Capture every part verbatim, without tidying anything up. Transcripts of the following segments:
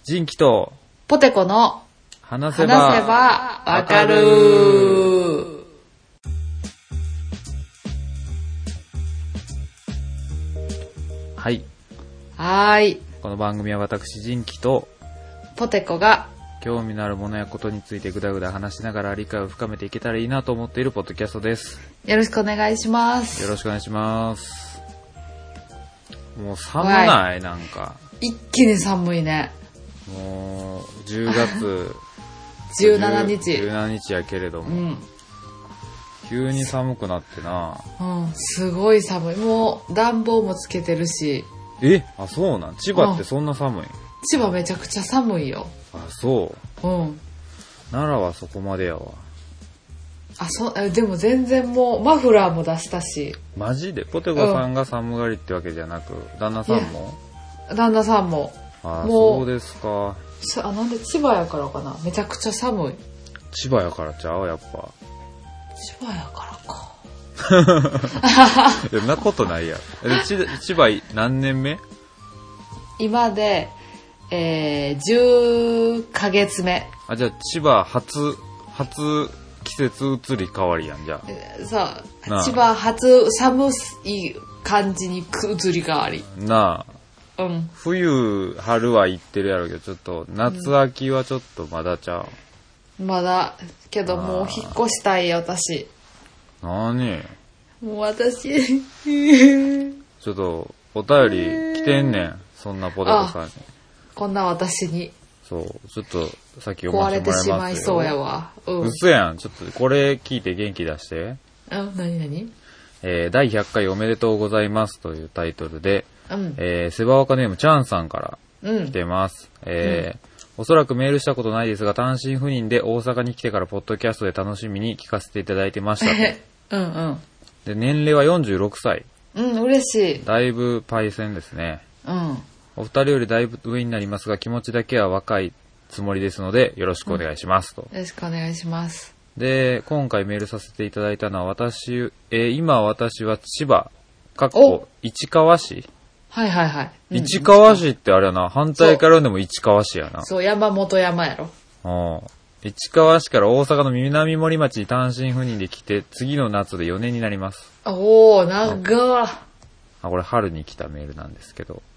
人気とポテコの話せば話せばわかる。 はい。 はーい。 この番組は私人気とポテコが興味のあるものやことについてぐだぐだ話しながら理解を深めていけたらいいなと思っているポッドキャストです。 よろしくお願いします。 よろしくお願いします。もう寒ない、なんか一気に寒いね。 もうじゅうがつじゅうしちにちじゅうしちにちやけれども、うん、急に寒くなってな。 うん、すごい寒い。もう暖房もつけてるし。 え、あ、そうなん。千葉ってそんな寒い？うん、 千葉めちゃくちゃ寒いよ。 あ、そう。うん。奈良はそこまでやわ。 あ、そでも全然もうマフラーも出したし。 マジで？ポテコさんが寒がりってわけじゃなく、うん、旦那さんも？ 旦那さんも。 あ、そうですか。 あ、なんで千葉やからかな。めちゃくちゃ寒い。 千葉やからちゃう？やっぱ千葉やからか。 そんなことないや。千葉何年目？ 今で、えー、じゅっかげつめ。 あ、じゃあ千葉初初季節移り変わりやん。じゃあそう、千葉初寒い感じに移り変わりなあ。 うん、 冬春は行ってるやろうけど、ちょっと夏秋はちょっとまだちゃう、うん、まだけどもう引っ越したいよ私。 なにもう私ちょっとお便り来てんねん、そんなポテコさんに。 こんな私にそうちょっとさっき読ませてもらいますよ。壊れてしまいそうやわ。 うん、嘘やん。ちょっとこれ聞いて元気出して。 あ、なになに？ えー、だいひゃっかいおめでとうございますというタイトルで、うん、えー、セバワカネームチャンさんから来てます。うん、えーうん、おそらくメールしたことないですが、単身赴任で大阪に来てからポッドキャストで楽しみに聞かせていただいてましたと。うんうん。で、年齢はよんじゅうろくさい。 うん、嬉しい。 だいぶパイセンですね。 うん。 お二人よりだいぶ上になりますが、気持ちだけは若いつもりですので、よろしくお願いしますと。 うん、よろしくお願いします。 で、今回メールさせていただいたのは、私、えー、今私は千葉、かっこ市川市。 はいはいはい。 うん、市川市ってあれやな、反対からでも市川市やな。 そう、山本山やろ。 うん。市川市から大阪の南森町に単身赴任で来て、次の夏でよねんになります。 おー、長あ、これ春に来たメールなんですけど。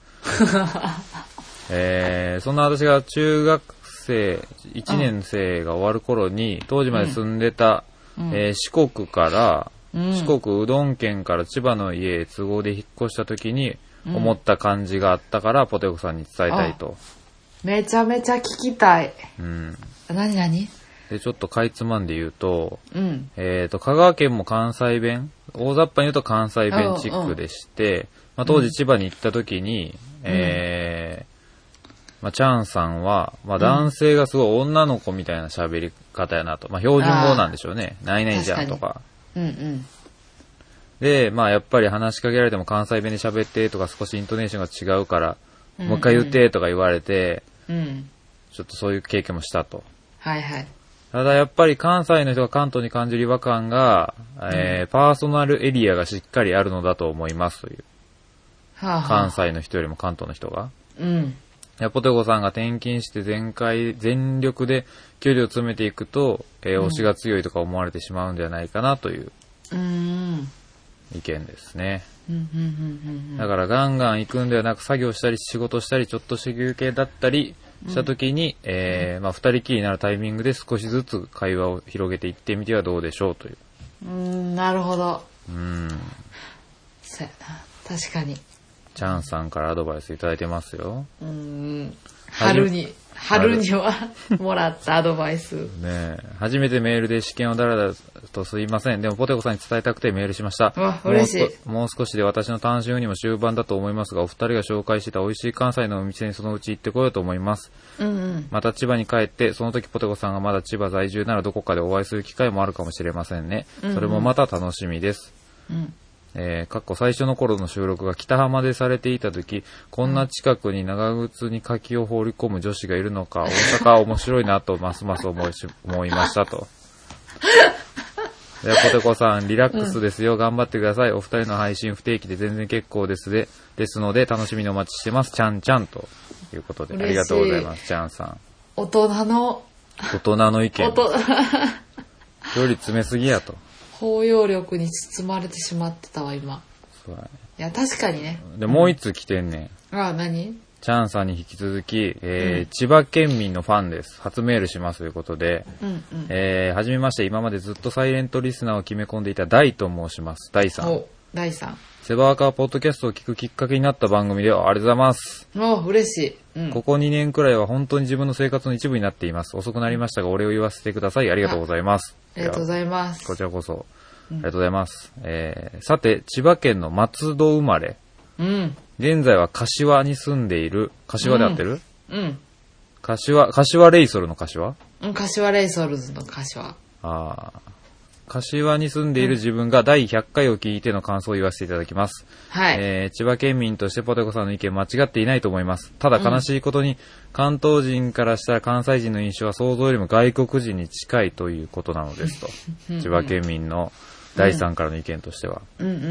えー、そんな私が中学生いちねん生が終わる頃に、当時まで住んでた、うん、えー、四国から、うん、四国うどん県から千葉の家へ都合で引っ越した時に思った感じがあったから、うん、ポテコさんに伝えたいと。 めちゃめちゃ聞きたい。 うん。 何何？ で、ちょっとかいつまんで言うと、うん、えっと、香川県も関西弁、大雑把に言うと関西弁チックでして、まあ、当時千葉に行った時に、うん、えー、まあ、チャンさんは、まあ、男性がすごい女の子みたいな喋り方やなと。まあ、標準語なんでしょうね。ないないじゃんとか。 うんうん。 で、まあ、やっぱり話しかけられても関西弁で喋ってとか少しイントネーションが違うから、うんうん、もう一回言ってとか言われて、うん、ちょっとそういう経験もしたと。 はいはい。 ただやっぱり関西の人が関東に感じる違和感が、えーうん、パーソナルエリアがしっかりあるのだと思いますという。はあはあ、関西の人よりも関東の人が。うん。ポテコさんが転勤して全開、全力で距離を詰めていくと、えー、推しが強いとか思われてしまうんではないかなという意見ですね。だからガンガン行くんではなく作業したり仕事したりちょっとした休憩だったりした時に、うん、えー、まあ二人きりになるタイミングで少しずつ会話を広げていってみてはどうでしょうという。 うーん、なるほど。 うん。 そうやな。確かに。 チャンさんからアドバイスいただいてますよ。 うーん。春に、春にはもらったアドバイス。ねえ。初めてメールで試験をだらだらとすいません。でもポテコさんに伝えたくてメールしました。 わ、嬉しい。 もう少しで私の単身赴任も終盤だと思いますが、お二人が紹介してた美味しい関西のお店にそのうち行ってこようと思います。うんうん。また千葉に帰って、その時ポテコさんがまだ千葉在住ならどこかでお会いする機会もあるかもしれませんね。うんうん、それもまた楽しみです。うん。えー、かっこ最初の頃の収録が北浜でされていた時、こんな近くに長靴に柿を放り込む女子がいるのか、大阪は面白いなとますます思いし思いましたと。 でポテコさんリラックスですよ、うん、頑張ってください。お二人の配信不定期で全然結構ですでですので楽しみにお待ちしてます。ちゃんちゃんということでありがとうございます。ちゃんさん大人の大人の意見より詰めすぎやと包容力に包まれてしまってたわ今。 そうだね。 いや確かにね。 でもう一通来てんねん、 うん、ああ何チャンさんに引き続き、えーうん、千葉県民のファンです。初メールしますということで、うんうんえー、はじめまして、今までずっとサイレントリスナーを決め込んでいたダイと申します。ダイさん。 ダイさん。 セバーカーポッドキャストを聞くきっかけになった番組ではありがとうございます。 お嬉しい、うん。 ここにねんくらいは本当に自分の生活の一部になっています。遅くなりましたが、お礼を言わせてください。ありがとうございます。 ありがとうございます。 こちらこそ。ありがとうございます。うんえー、さて、千葉県の松戸生まれ。うん。現在は柏に住んでいる、柏で合ってる？うん。うん、柏、柏レイソルの柏？ うん、柏レイソルズの柏。ああ。柏に住んでいる自分がだいひゃっかいを聞いての感想を言わせていただきます。はい。えー、千葉県民としてポテコさんの意見間違っていないと思います。ただ悲しいことに、うん、関東人からしたら関西人の印象は想像よりも外国人に近いということなのですと。千葉県民のだいさんからの意見としては。うんうんうん。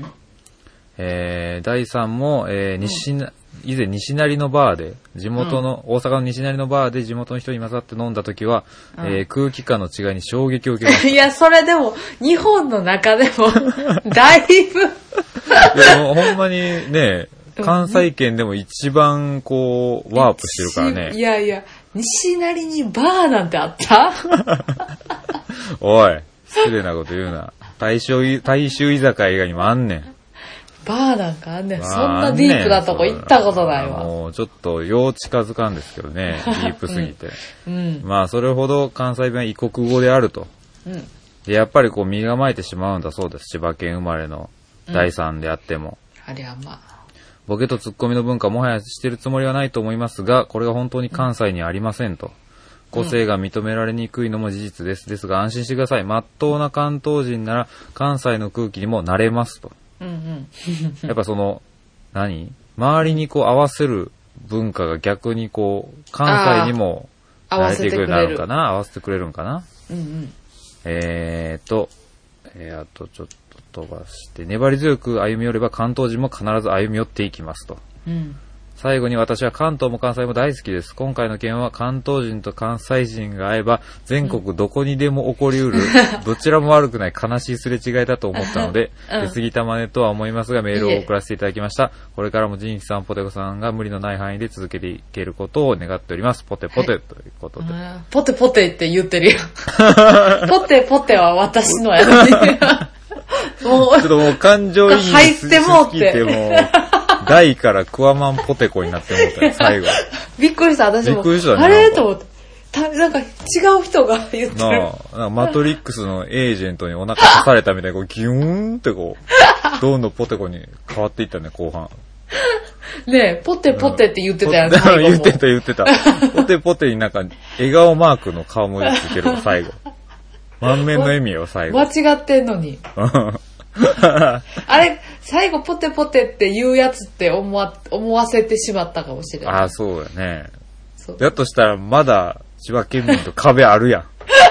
えー、だいさんも、えー、西な、うん、以前西成のバーで、地元の、うん、大阪の西成のバーで地元の人に混ざって飲んだ時は、うんえー、空気感の違いに衝撃を受けました。 いや、それでも、日本の中でも、だいぶ。いや、もうほんまにね、関西圏でも一番こう、ワープしてるからね。 いやいや、西成にバーなんてあったおい、失礼なこと言うな。大衆、大衆居酒屋以外にもあんねん。 バーなんかあんねん。そんなディープなとこ行ったことないわ。 もうちょっとよう近づかんですけどね。ディープすぎて。うんうん、まあそれほど関西弁は異国語であると。うん、でやっぱりこう身構えてしまうんだそうです。千葉県生まれのだいさんであっても。 うん、ありゃまあ。 ボケとツッコミの文化もはやしてるつもりはないと思いますが、これが本当に関西にありませんと。個性が認められにくいのも事実です。ですが安心してください。真っ当な関東人なら関西の空気にも慣れますと。うんうん、やっぱその何周りにこう合わせる文化が逆にこう関西にも慣れていくようになるのかな、合わせてくれるんかな、うんうん、えーと、えー、あとちょっと飛ばして粘り強く歩み寄れば関東人も必ず歩み寄っていきますと、うん、最後に私は関東も関西も大好きです。今回の件は関東人と関西人が会えば全国どこにでも起こりうる、うん、どちらも悪くない悲しいすれ違いだと思ったので、うん、出過ぎたまねとは思いますがメールを送らせていただきました。これからもジンキさんポテコさんが無理のない範囲で続けていけることを願っております。ポテポテ、はい、ということで、 ポテポテって言ってるよポテポテは私のやのにもうちょっともう感情移入入ってもうってもう大からクワマンポテコになって思ったよ、最後。 びっくりした、私も。 びっくりしたね。 あれと思って。たなんか違う人が言ってる。なあ、なんかマトリックスのエージェントにお腹刺されたみたいに、こうギューンってこう、どんどんポテコに変わっていったね、後半。 ねえ、ポテポテって言ってたやん、 うん、言ってた言ってた。ポテポテになんか、笑顔マークの顔文字つける最後。満面の笑みよ、最後。 間違ってんのに。あれ、最後ポテポテって言うやつって思わ、思わせてしまったかもしれない。 ああ、そうだね。だとしたらまだ千葉県民と壁あるやん。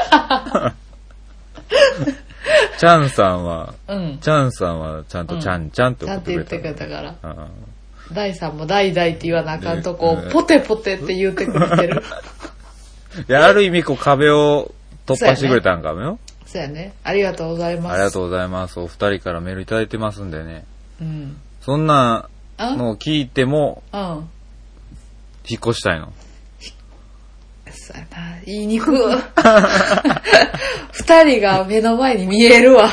チャンさんは、うん、チャンさんはちゃんとチャンチャンって送ってくれた、 うん、ちゃんって言ってくれたから。ダイさんもダイダイって言わなあかんとこ、ポテポテって言ってくれてる。 いや、ある意味こう壁を突破してくれたんかもよ。 そうやね。ありがとうございます。 ありがとうございます。お二人からメールいただいてますんでね。うん。そんなのを聞いても、うん。引っ越したいの。 そうやな。言いにくい。二人が目の前に見えるわ。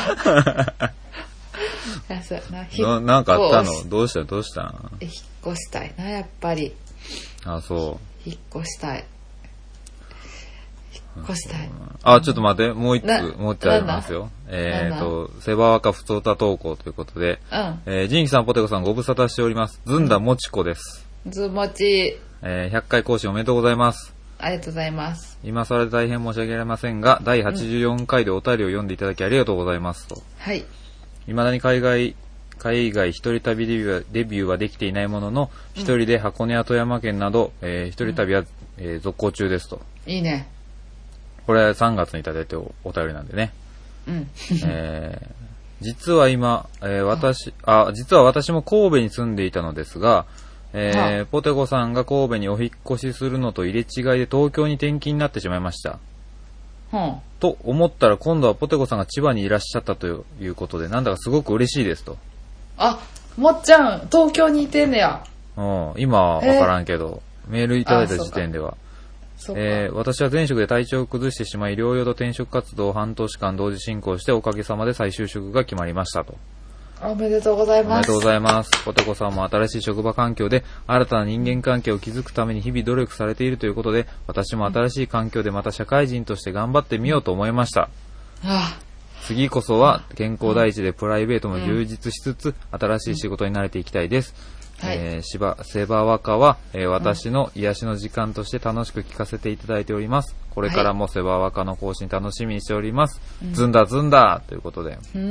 いや、そうやな。な、なんかあったの？どうしたどうしたん？ 引っ越したいな、やっぱり。 あ、そう。 引っ越したい。引っ越したい。 あ、ちょっと待って、もう一つ、もう一つありますよ。えっ、ー、と、セバワカふつおた投稿ということで、うん、えー、ジンキさん、ポテコさん、ご無沙汰しております。ずんだもちこです。 ずもち。 えー、ひゃっかい更新おめでとうございます。 ありがとうございます。 今更で大変申し訳ありませんが、だいはちじゅうよんかいでお便りを読んでいただきありがとうございますと。はい。未だに海外、海外一人旅デビューは、デビューはできていないものの、一人で箱根や富山県など、えー、一人旅は、えー、続行中ですと。 いいね。 これさんがつにいただいて お, お便りなんでね。 うん。 えー、実は今、えー、私、あ、実は私も神戸に住んでいたのですが、えーはあ、ポテコさんが神戸にお引っ越しするのと入れ違いで東京に転勤になってしまいました。 はあ、 と思ったら今度はポテコさんが千葉にいらっしゃったということで、なんだかすごく嬉しいですと。 あ、もっちゃん、東京にいてんねや。 うん、今はわからんけど、メールいただいた時点では。えー、私は前職で体調を崩してしまい、療養と転職活動を半年間同時進行して、おかげさまで再就職が決まりましたと。 おめでとうございます。 おめでとうございます。ポテコさんも新しい職場環境で新たな人間関係を築くために日々努力されているということで、私も新しい環境でまた社会人として頑張ってみようと思いました。 うん、ああ、 次こそは健康第一でプライベートも充実しつつ、うん、新しい仕事に慣れていきたいです。はい、えー、しばセバワカは、えー、私の癒しの時間として楽しく聞かせていただいております。これからもセバワカの更新楽しみにしております。はい、ずんだずんだということで、 うん、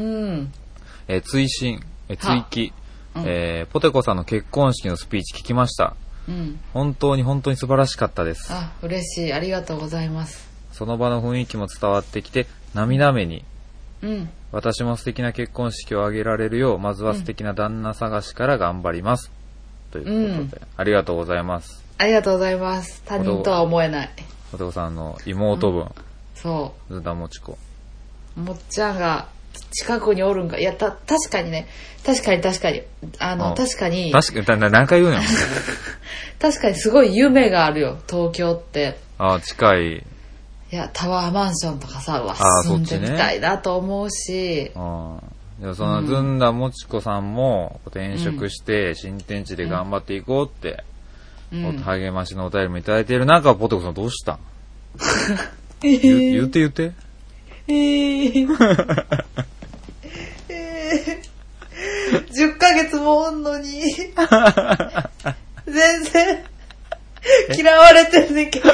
えー、追伸、えー、追記、うん、えー、ポテコさんの結婚式のスピーチ聞きました。うん、本当に本当に素晴らしかったです。 あ、嬉しい、ありがとうございます。 その場の雰囲気も伝わってきて涙目に。 うん、 私も素敵な結婚式を挙げられるよう、まずは素敵な旦那探しから頑張ります。ということで、うん、ありがとうございます。 ありがとうございます。他人とは思えない。 ポテコさんの妹分。うん、 そう。 ずんだもちこ。 もっちゃんが近くにおるんか。いや、た、確かにね。確かに確かに。あの、うん、確かに。 確かに、何回言うの確かにすごい夢があるよ、東京って。 ああ、近い。 いや、タワーマンションとかさ、住んでみたいなと思うし。 ああ、でもそのずんだもちこさんも転職して新天地で頑張っていこうって、うん、励ましのお便りもいただいている中、ポテコさんどうしたん言, 言って言って。 えー、えー、じゅっかげつもおんのに全然嫌われてんねんけど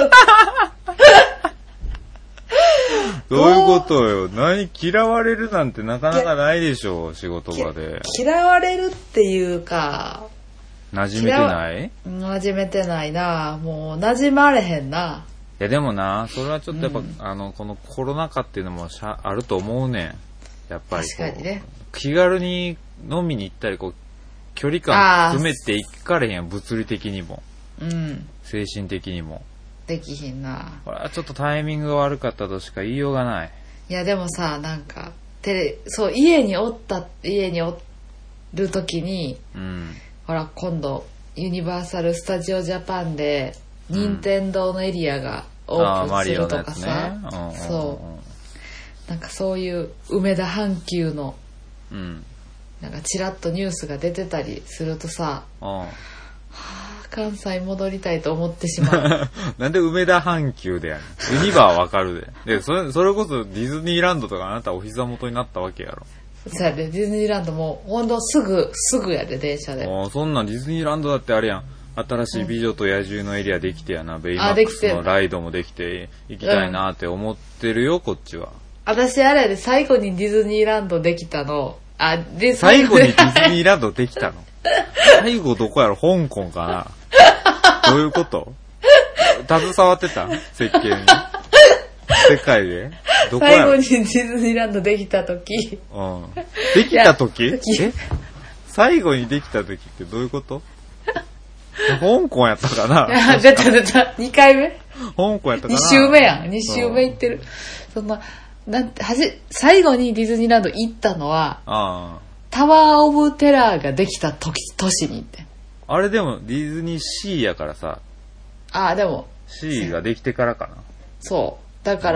どういうことよ。何、嫌われるなんてなかなかないでしょう、仕事場で。 嫌われるっていうか、 馴染めてない？ 馴染めてないな。もう馴染まれへんな。 いやでもな、それはちょっとやっぱ、うん、あのこのコロナ禍っていうのもしゃあると思うねん。やっぱり確かにね。 気軽に飲みに行ったりこう距離感詰めていかれへんやん、物理的にも、 うん、 精神的にも。 できひんな。 これはちょっとタイミングが悪かったとしか言いようがない。 いやでもさ、なんかテレそう家におった家におる時に、 うん、 ほら今度ユニバーサル・スタジオ・ジャパンで任天堂のエリアがオープンするとかさ、 うん、ね、 そうなんかそういう梅田阪急の、 うん、 なんかチラッとニュースが出てたりするとさ、 うん、はあ、関西戻りたいと思ってしまう。 なんで梅田阪急でやねん。ユニバーわかるで。で、それ、それこそディズニーランドとかあなたお膝元になったわけやろ。 そうやで、ディズニーランドもほんとすぐ、すぐやで、電車で。 ああ、そんなんディズニーランドだってあれやん。新しい美女と野獣のエリアできてやな、うん、ベイマックスのライドもできて行きたいなって思ってるよ、うん、こっちは。 私あれやで、最後にディズニーランドできたの。あ、で、 最後にディズニーランドできたの最後どこやろ、香港かなどういうこと？携わってた？設計に。世界でどこやろ？ 最後にディズニーランドできた時。 うん。できた時？え？最後にできた時ってどういうこと？香港やったかな。 出た出た。にかいめ？ 香港やったかな。 に週目やん。に週目行ってる。そんな、なんて、はじ、最後にディズニーランド行ったのは、 あタワーオブテラーができた時、年に行って。 あれでもディズニーシーやからさ。 ああ、でも。 C ができてからかな。 そう。だから、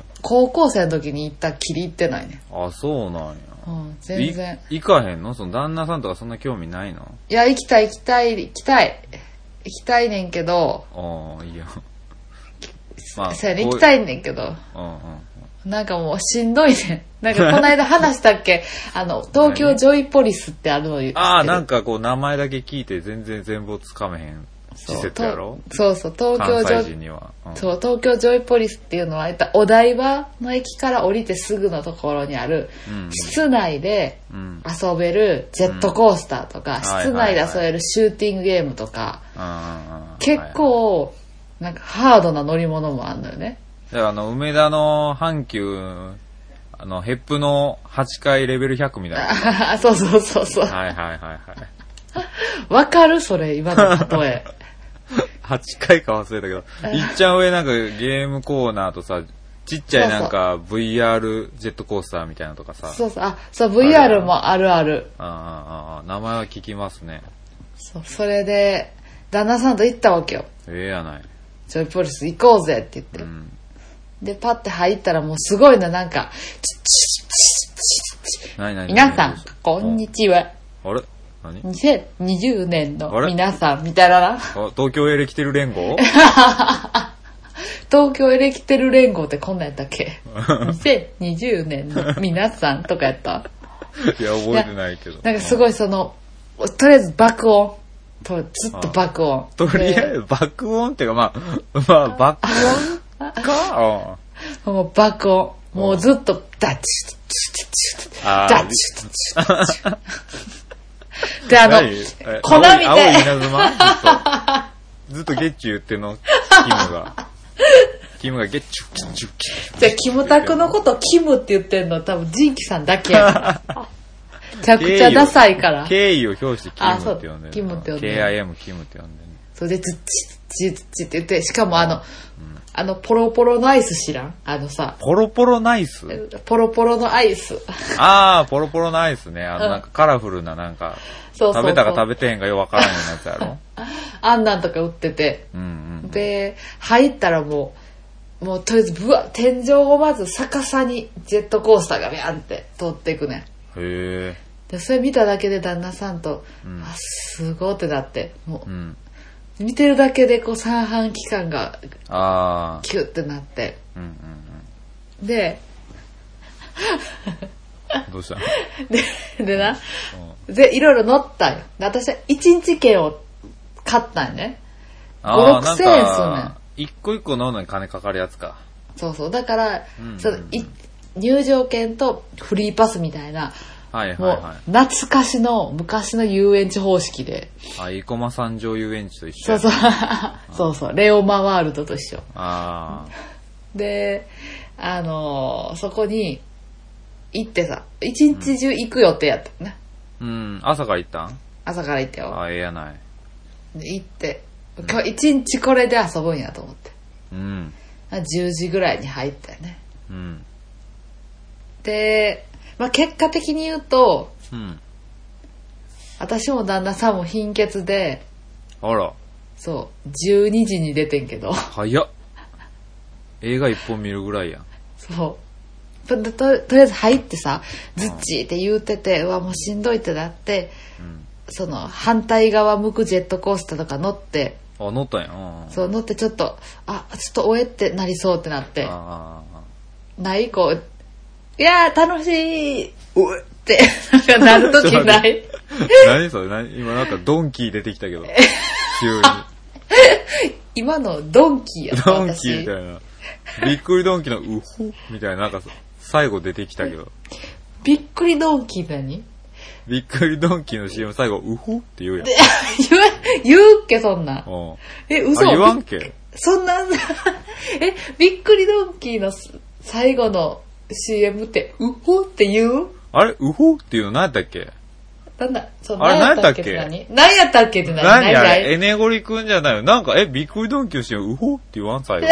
高校生の時に行ったきり行ってないね。 あ、そうなんや。 うん、全然。 行かへんの？その旦那さんとかそんな興味ないの？ いや、行きたい行きたい行きたい。行きたいねんけど。 ああ、いいや。 まあ、そうやね、行きたいねんけど。 うんうん。 なんかもうしんどいね。なんかこの間話したっけあの、東京ジョイポリスってあるの言ってる。 ああ、なんかこう名前だけ聞いて全然全貌つかめへん施設やろ？ そうそう、東京ジョイ、うん、そう、東京ジョイポリスっていうのは、お台場の駅から降りてすぐのところにある、うん、室内で遊べるジェットコースターとか、うん、室内で遊べるシューティングゲームとか、 はいはい、 結構、なんかハードな乗り物もあるのよね。 だからあの、梅田の阪急、 あの、ヘップのはちかいレベルひゃくみたいな。 あ、そうそうそうそう。 はいはいはいはい。 わかるそれ、今の例え。 はちかいか忘れたけど、いっちゃん上なんかゲームコーナーとさ、ちっちゃいなんか ブイアール ジェットコースターみたいなのとかさ。 そうそう、あ、そう、ブイアール もあるある。 ああ、ああ、名前は聞きますね。 そう、それで、旦那さんと行ったわけよ。 ええやない。 ジョイポリス行こうぜって言って。うん、で、パッて入ったらもうすごいな、なんか、皆さん、こんにちは。 あれ何 ? にせんにじゅうねんの皆さん、みたいなな。 東京エレキテル連合東京エレキテル連合ってこんなんやったっけにせんにじゅうねんの皆さんとかやったいや、覚えてないけど。 なんかすごいその、とりあえず爆音。とずっと爆音。 とりあえず爆音っていうか、まあ、まあ、爆音かもう爆音。もうずっと、ダッチッ、ダッチッ。で、あの、粉みたいな。青い稲妻ずっとゲッチュ言ってんの、キムが。キムがゲッチュ、ゲッチュ、ゲッチュ。 じゃあ、キムタクのことキムって言ってんの多分ジンキさんだけや。めちゃくちゃダサいから。 敬意を表してキムって呼んでる。 キムって呼んでる。 ケーアイエム キムって呼んでる。 それで、ズッチ、ズッチって言って、しかもあの、あの、ポロポロのアイス知らんあのさ。 ポロポロのアイスポロポロのアイス。 あー、ポロポロのアイスね。あの、なんかカラフルななんか、そうそうそう食べたか食べてへんかよくわからんようなやつやろあんなんとか売ってて。うんうん、で、入ったらもう、もうとりあえずぶわ、天井をまず逆さにジェットコースターがビャンって通っていくね。 へー。で、それ見ただけで旦那さんと、うん、あ、すごいってなって、もう、うん見てるだけでこう三半規管がキュッてなって、うんうんうん、でどうしたででな、うん、でいろいろ乗ったよ。で私は一日券を買ったんよね。ご、ろくせんえんすんねん。 一個一個乗るのに金かかるやつか。 そうそう。だから、うんうんうん、そのい入場券とフリーパスみたいな。はいはいはい、もう懐かしの昔の遊園地方式で、 あ、生駒三条遊園地と一緒。 そうそうそうそう、レオマワールドと一緒。 あで、あのー、そこに行ってさ、一日中行く予定やったね。 うん、うん、朝から行ったん？ 朝から行ったよ。 あ、ええやない。 で行って、今日一日これで遊ぶんやと思って。うん。じゅうじぐらいに入ったよね。うん。で。まあ、結果的に言うと、うん、私も旦那さんも貧血で、 あら、 そうじゅうにじに出てんけど、 早っ。映画一本見るぐらいやん。 そうと と, とりあえず入ってさ、ズッチーって言うてて、うわもうしんどいってなって、うん、その反対側向くジェットコースターとか乗って、 あ、乗ったんや。 そう乗ってちょっと、あ、ちょっとおえってなりそうってなって、あないこう。いやー楽しいおえってなんかなるときない。 何それ何今なんかドンキー出てきたけど急に今のドンキーやった。 ドンキーみたいなびっくりドンキーのウホみたいななんか最後出てきたけどびっくりドンキー何びっくりドンキーの シーエム 最後ウホって言うやん。 言う言うっけそんな。え嘘。 言わんけ。 そんなえびっくりドンキーの最後のシーエム ってウホって言う？ あれウホっていうの何やったっけ？ なんだそうあれ何やったっけ？ 何やったっけって何？ 何あれエネゴリくんじゃないよ。なんかえびっくりドンキーの シーエム ウホって言わん最後。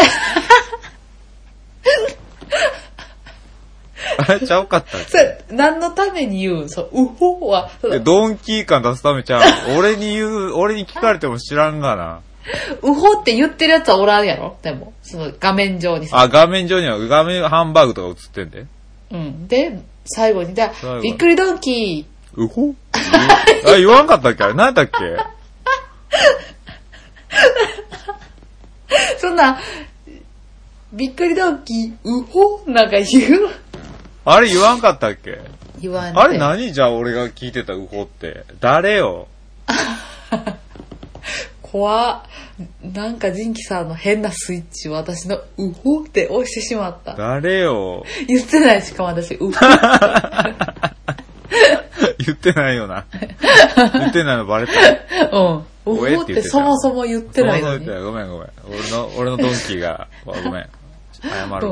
あれちゃうかったっけ？ それ何のために言う？そうウホはドンキー感出すためちゃう。俺に言う俺に聞かれても知らんがな。 ウホって言ってるやつはおらんやろでも、その画面上にさ。 あ、画面上には、画面ハンバーグとか映ってんで。 うん。で、最後に、で、びっくりドンキー。ウホあ、言わんかったっけあれ何だっけそんな、びっくりドンキー、ウホなんか言うあれ言わんかったっけ言わんね。 あれ何じゃあ俺が聞いてたウホって。誰よ怖っ。なんかジンキさんの変なスイッチを私のウホって押してしまった。 誰よ。 言ってないしかも私ウホ言ってないよな。言ってないのバレた。 うん。ウホってそもそも言ってないのに。 ごめんごめん。俺の俺のドンキーがごめん。謝る。うん。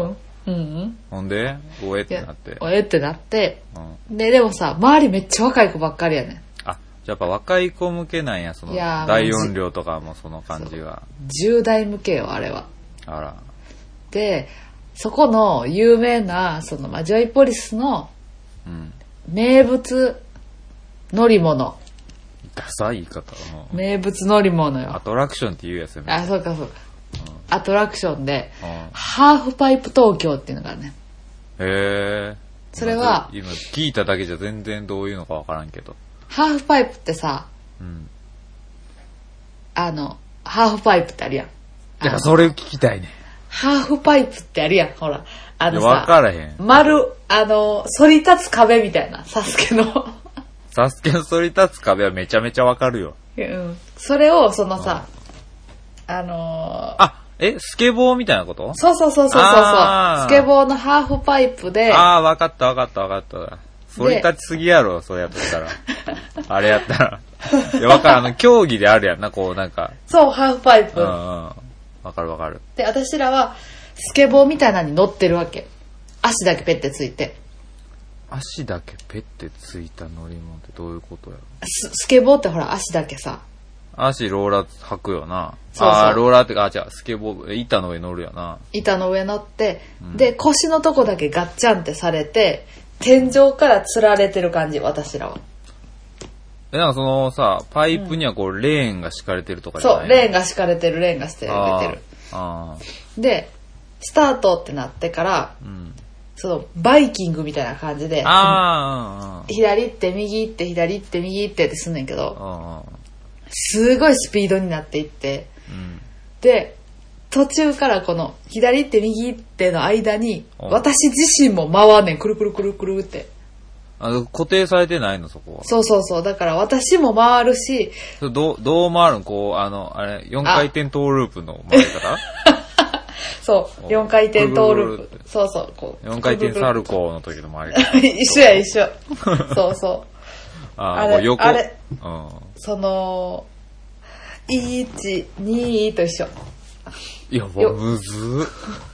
うんうん。 ほんで、おえってなって。 おえってなって、うん、で、でもさ、周りめっちゃ若い子ばっかりやねん。 あ、じゃあやっぱ若い子向けなんや、その、大音量とかもその感じが。 じゅう代向けよ、あれは。 あら。 で、そこの有名な、その、まあ、ジョイポリスの、名物乗り物。 ダサい言い方。 うん、名物乗り物よ。 アトラクションって言うやつよね。 あ、そうかそうか。うん、アトラクションで、うん、ハーフパイプ東京っていうのがね。 へえ。 それは、 今聞いただけじゃ全然どういうのかわからんけど。 ハーフパイプってさ、うん、あの、ハーフパイプってあるやん。 いや、それ聞きたいね。 ハーフパイプってあるやん、ほら。あのさ、 わからへん。 丸、あの、反り立つ壁みたいな、サスケの。 サスケの反り立つ壁はめちゃめちゃわかるよ。 うん。それを、そのさ、あのー、 あ、え、スケボーみたいなこと？ そうそうそうそうそうそう。スケボーのハーフパイプで。 ああ、わかったわかったわかった。反り立ちすぎやろ、そうやったら。あれやったら。いや、わかる。あの、競技であるやんな、こう、なんか。 そう、ハーフパイプ。 うんうん。わかるわかる。 で、私らは、スケボーみたいなのに乗ってるわけ。足だけペッてついて。 足だけペッてついた乗り物ってどういうことやろ？ ス、スケボーってほら、足だけさ。 足ローラー履くよな。そうそう。ああ、ローラーってか、あ、違う、スケボー、板の上乗るよな。 板の上乗って、うん、で、腰のとこだけガッチャンってされて、天井から吊られてる感じ、私らは。 え、なんかそのさ、パイプにはこう、レーンが敷かれてるとかじゃない、 うん、そう、レーンが敷かれてる、レーンが敷かれてる。ああ。で、スタートってなってから、うん、そのバイキングみたいな感じで、あ左行って右行って左行って右行ってってすんねんけど、すごいスピードになっていって、うん、で途中からこの左行って右行っての間に私自身も回んねん、くるくるくるくるって。 あの固定されてないのそこは。 そうそうそう、だから私も回るし、 どうどう回るの、こうあのあれよんかい転トーループの回り方そう、よんかい転トーループ。そうそう、こう。よんかい転サルコーの時の回り方。一緒や一緒。そうそう。 ああれ、横。あれ、 うん、その、いち、にと一緒。 いや、もうむずー。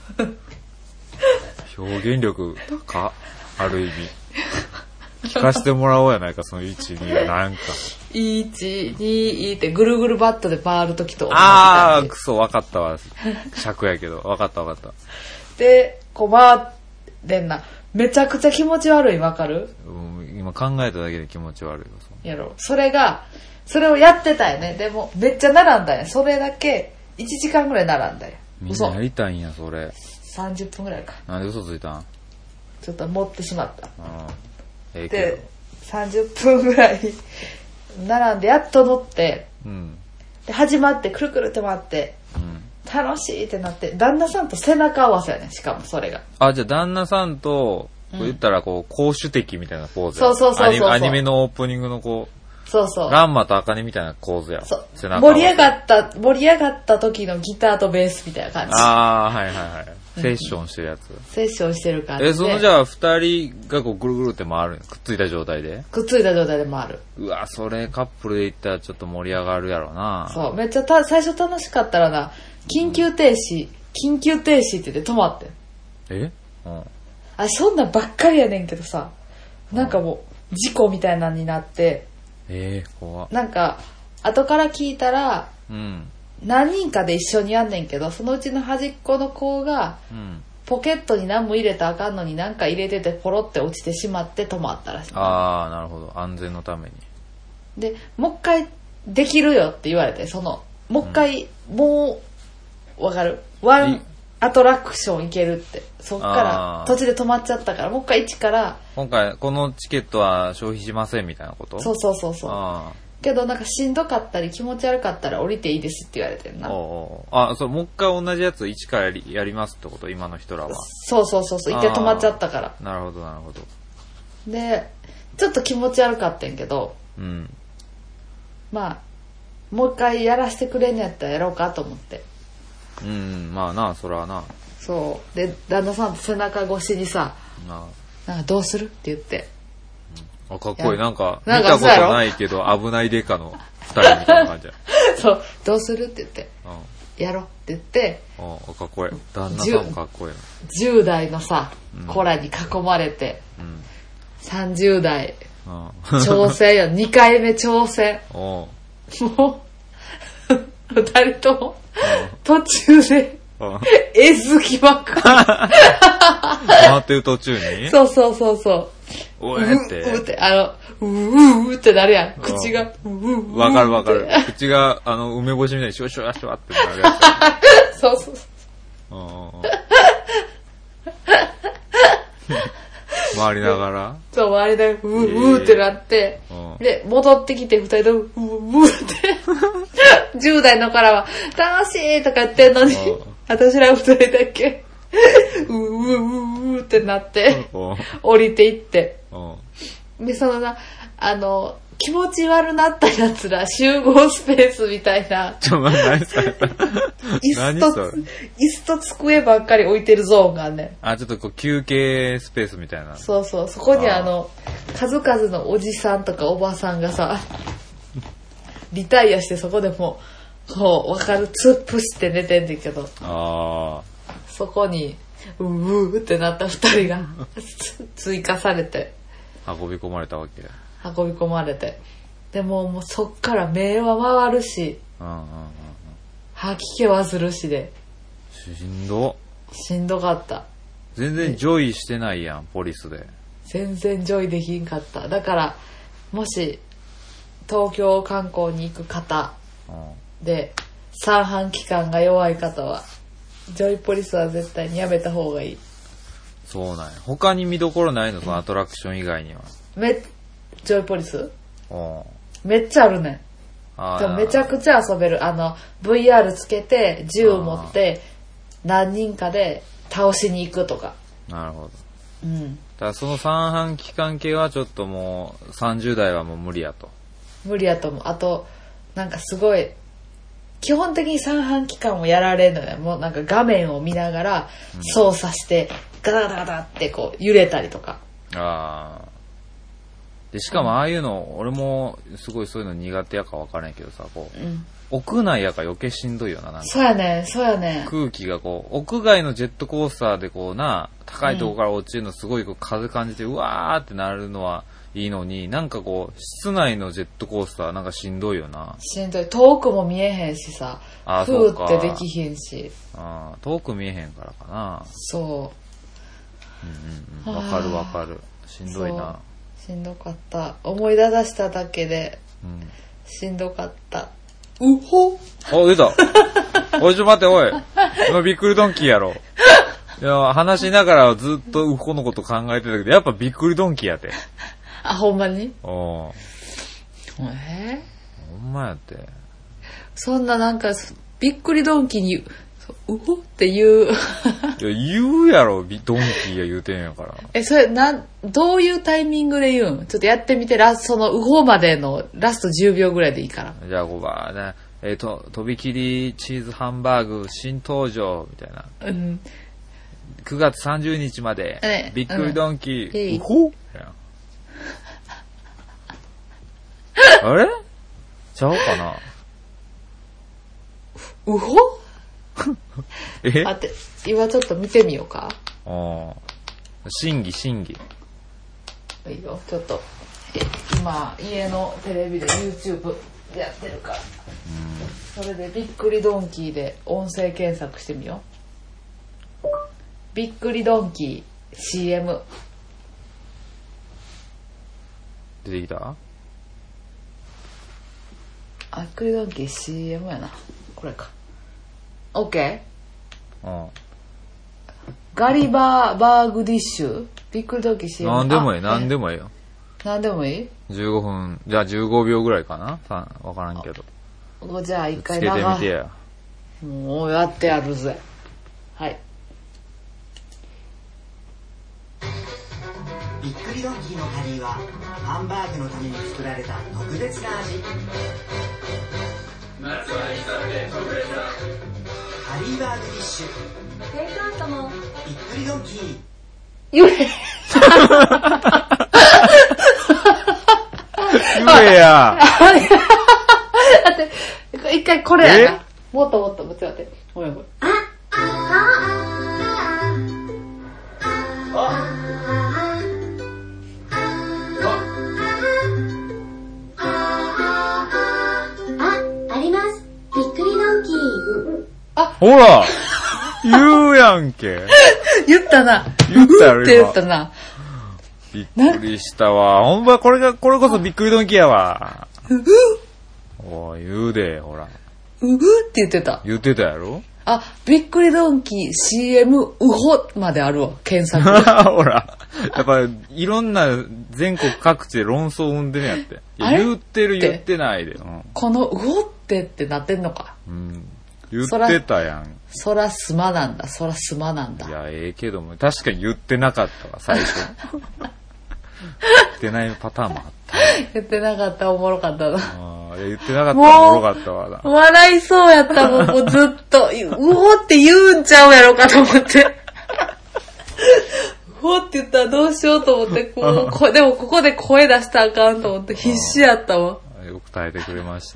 表現力か、ある意味。聞かせてもらおうやないか、そのいち、にがなんか。 いち、にってぐるぐるバットで回るときと同じああ、くそ、わかったわ。尺やけど、わかったわかった。 で、こう回ってんな。めちゃくちゃ気持ち悪い、わかる？ うん、今考えただけで気持ち悪いわ。 やろ。それが、それをやってたよね。でも、めっちゃ並んだよ。それだけ、いちじかんぐらい並んだよ。 みんなやりたいんや、それ。 さんじゅっぷんぐらいか。 なんで嘘ついたん？ ちょっと持ってしまった。 あええけで、さんじゅっぷんぐらい並んで、やっと乗って、うん、で始まって、くるくるって回って、うん、楽しいってなって、旦那さんと背中合わせやね、しかもそれが。あ、 じゃあ旦那さんと、こう言ったらこう、攻守的みたいなポーズや。そうそうそうそうそう。 アニメのオープニングのこう、 そうそう。 ランマとアカネみたいな構図や。 そう。背中盛り上がった、盛り上がった時のギターとベースみたいな感じ。 ああ、はいはいはい。セッションしてるやつ。 セッションしてる感じで。 え、そのじゃあ二人がこうぐるぐるって回るん？くっついた状態で？ くっついた状態で回る。 うわ、それカップルで行ったらちょっと盛り上がるやろな。 そう、めっちゃた最初楽しかったらな、緊急停止、緊急停止って言って止まってん。 え？うん。 あ、そんなんばっかりやねんけどさ、なんかもう事故みたいなのになって。 えー、怖っ。 なんか、後から聞いたら、うん。何人かで一緒にやんねんけど、そのうちの端っこの子が、うん、ポケットに何も入れたらあかんのに何か入れててポロって落ちてしまって止まったらしい。 ああ、なるほど。安全のために。 で、もう一回できるよって言われて、その、もう一回、うん、もう、わかる？ワンアトラクション行けるって。そっから途中で止まっちゃったから、もう一回一から。 今回、このチケットは消費しませんみたいなこと？ そうそうそうそう。あけどなんかしんどかったり気持ち悪かったら降りていいですって言われてるな。おうおうあ、そう、もう一回同じやつ一からやり、やりますってこと今の人らは。 そうそうそうそう、一回止まっちゃったから。 なるほどなるほど。 で、ちょっと気持ち悪かったんやけど、うん。まあ、もう一回やらせてくれんのやったらやろうかと思って。 うん、まあな、そらな。 そう。で、旦那さんと背中越しにさ、ななんかどうするって言って。 あ、かっこいい。なんか、見たことないけど、危ないデカの二人みたいな感じや。 そう、どうするって言って。うん、 やろって言って、 ああかっこいい。旦那さんもかっこいいな。 じゅう代のさ、うん、子らに囲まれて、うん、さんじゅう代、うん、挑戦よ。にかいめ挑戦。もうふたりとも途中でえずきまくる。 回ってる途中にそうそうそうそう。 おえって。 うって、あの、うううってなるやん。口が、ううう。 わかるわかる。口が、あの、梅干しみたいにシュワシュワシュワってなるやつ。そうそうそう。 回りながらそう、回りながら、うううってなって、で、戻ってきて二人とも、うううって。じゅう代のからは、楽しいとか言ってんのに、私ら二人だけ、ううううってなって、降りていって、で、そのな、あの、気持ち悪なったやつら集合スペースみたいな。 ちょ、何それ椅子と、椅子と机ばっかり置いてるゾーンがね。 あ、ちょっとこう休憩スペースみたいな。 そうそう、そこにあの、数々のおじさんとかおばさんがさ、リタイアしてそこでもう、こう、わかる、突っ伏して寝てんだけど。ああ。そこに、ううーってなった二人が追加されて。 運び込まれたわけ。 運び込まれて。でももうそっから目は回るし、うんうんうんうん、吐き気はするしで。 しんど。 しんどかった。 全然ジョイしてないやん、ポリスで。 全然ジョイできんかった。だから、もし、東京観光に行く方で、三半規管が弱い方は、ジョイポリスは絶対にやめた方がいい。 そうなんや。他に見どころないの、そのアトラクション以外には。 め、ジョイポリス？めっちゃあるねん。あめちゃくちゃ遊べる。あの、ブイアール つけて、銃を持って、何人かで倒しに行くとか。 なるほど。うん。だからその三半規管系はちょっともう、さんじゅう代はもう無理やと。 無理やと思う。あと、なんかすごい、基本的に三半規管をやられるのね。もうなんか画面を見ながら操作して、ガタガタガタってこう揺れたりとか。ああ。 で、しかもああいうの、うん、俺もすごいそういうの苦手やか分からんけどさ、こう、うん、屋内やから余計しんどいよな、なんか。 そうやね、そうやね。 空気がこう、屋外のジェットコースターでこうな、高いとこから落ちるのすごいこう風感じて、うわーってなるのはいいのに、なんかこう、室内のジェットコースターなんかしんどいよな。 しんどい。遠くも見えへんしさ、あふーってできひんし。 あ遠く見えへんからかな。 そう。 うんうんうん。わかるわかる。しんどいな。 しんどかった。思い出しただけで、うん、しんどかった。うほお、出たおい、ちょ待って、おい。今びっくりドンキーやろ。いや、話しながらずっとウホのこと考えてたけど、やっぱびっくりドンキーやて。 あ、ほんまに？ おうえー、ほんまやって。 そんななんか、びっくりドンキーに、うほって言う。いや、 言うやろ、ドンキーや言うてんやから。 え、それ、なん、どういうタイミングで言うん？ちょっとやってみて、ラスト、その、うほまでのラストじゅうびょうぐらいでいいから。 じゃあ、こうばーね、えっ、ー、と、とびきりチーズハンバーグ新登場、みたいな。うん。くがつさんじゅうにちまで、ね、びっくりドンキー、うん、うほあれちゃうかなうほえあって、今ちょっと見てみようか。 ああ。審議、審議。 いいよ、ちょっと。え今、家のテレビで YouTube でやってるから。うん、それで、びっくりドンキーで音声検索してみよう。びっくりドンキー シーエム。 出てきた？ あ、びっくりドンキー シーエム やな。これか。OK？ うん。ガリバーバーグディッシュびっくりドンキー シーエム。 なんでもいい、なんでもいいよ。 なんでもいい ? じゅうごふん、じゃあじゅうごびょうぐらいかなわからんけど。 じゃあ一回つけてみてや。 もうやってやるぜ。はい。 びっくりドンキーのカリーはハンバーグのために作られた特別な味。夏はいさで特別なカリーバーグディッシュ。テイクアウトもびっくりドンキー。 言え言えや。 だって一回これやな。 もっともっと、もっと待って。ごめんごめん。ああああります。びっくりドンキー。 あ、 ほら言うやんけ。 言ったな。 言ったやろ、 って言ったな。 びっくりしたわ。ほんま、これが、これこそびっくりドンキーやわ。 うぐおい、言うで、ほら。 うぐって言ってた。 言ってたやろ。 あ、びっくりドンキー シーエム うほまであるわ、検索。 ほら。やっぱ、いろんな全国各地で論争を生んでるんやって。いや言ってる言ってないで。うん、 このうほってってなってんのか。 うん。言ってたやん。 そらすまなんだ、そらすまなんだ。 いや、ええけども、確かに言ってなかったわ、最初。言ってないパターンもあった。 言ってなかった、おもろかったな。 あいや言ってなかった、おもろかったわな。 笑いそうやったもん、もうずっと。うほって言うんちゃうやろかと思って。うほって言ったらどうしようと思って、こうこでもここで声出したらあかんと思って必死やったわ。 よく耐えてくれました。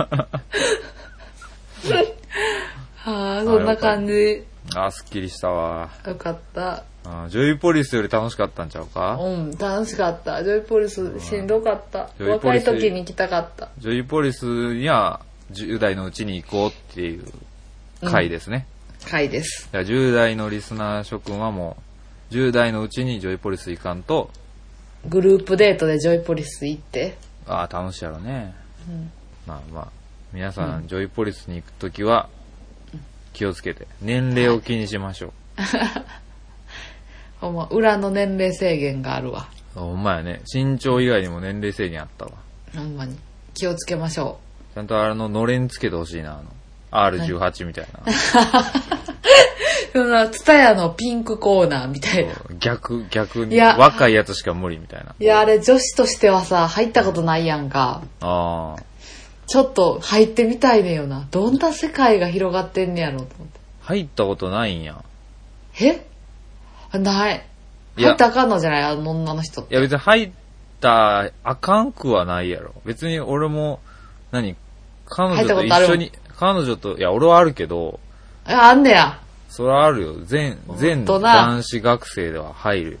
はあ、そんな感じ。 あ、すっきりしたわ。 よかった。 あジョイポリスより楽しかったんちゃうか？ うん、楽しかった。ジョイポリスしんどかった。若い時に行きたかった。 ジョイポリスにはじゅう代のうちに行こうっていう回ですね。 うん、回です。 じゅう代のリスナー諸君はもうじゅう代のうちにジョイポリス行かんと。 グループデートでジョイポリス行って。ああ、楽しいやろね。 うん、 まあまあ、皆さん、うん、ジョイポリスに行くときは気をつけて、年齢を気にしましょう。はいほんま、裏の年齢制限があるわ。 ほんまやね。身長以外にも年齢制限あったわ。 ほんまに。気をつけましょう。ちゃんとあの、のれんつけてほしいな、あの、アールじゅうはち みたいな。 その、ツタヤのピンクコーナーみたいな。 逆、逆に。若いやつしか無理みたいな。 いや、あれ女子としてはさ、入ったことないやんか。 ああ。ちょっと入ってみたいねんよな。どんな世界が広がってんねやろうと思って。 入ったことないんや。 えない。入ったらあかんのじゃないあの女の人って。 いや別に入ったあかんくはないやろ。別に俺も、何彼女と一緒に、彼女と、いや俺はあるけど。 あ、あんねや。 それはあるよ。全、全男子学生では入る。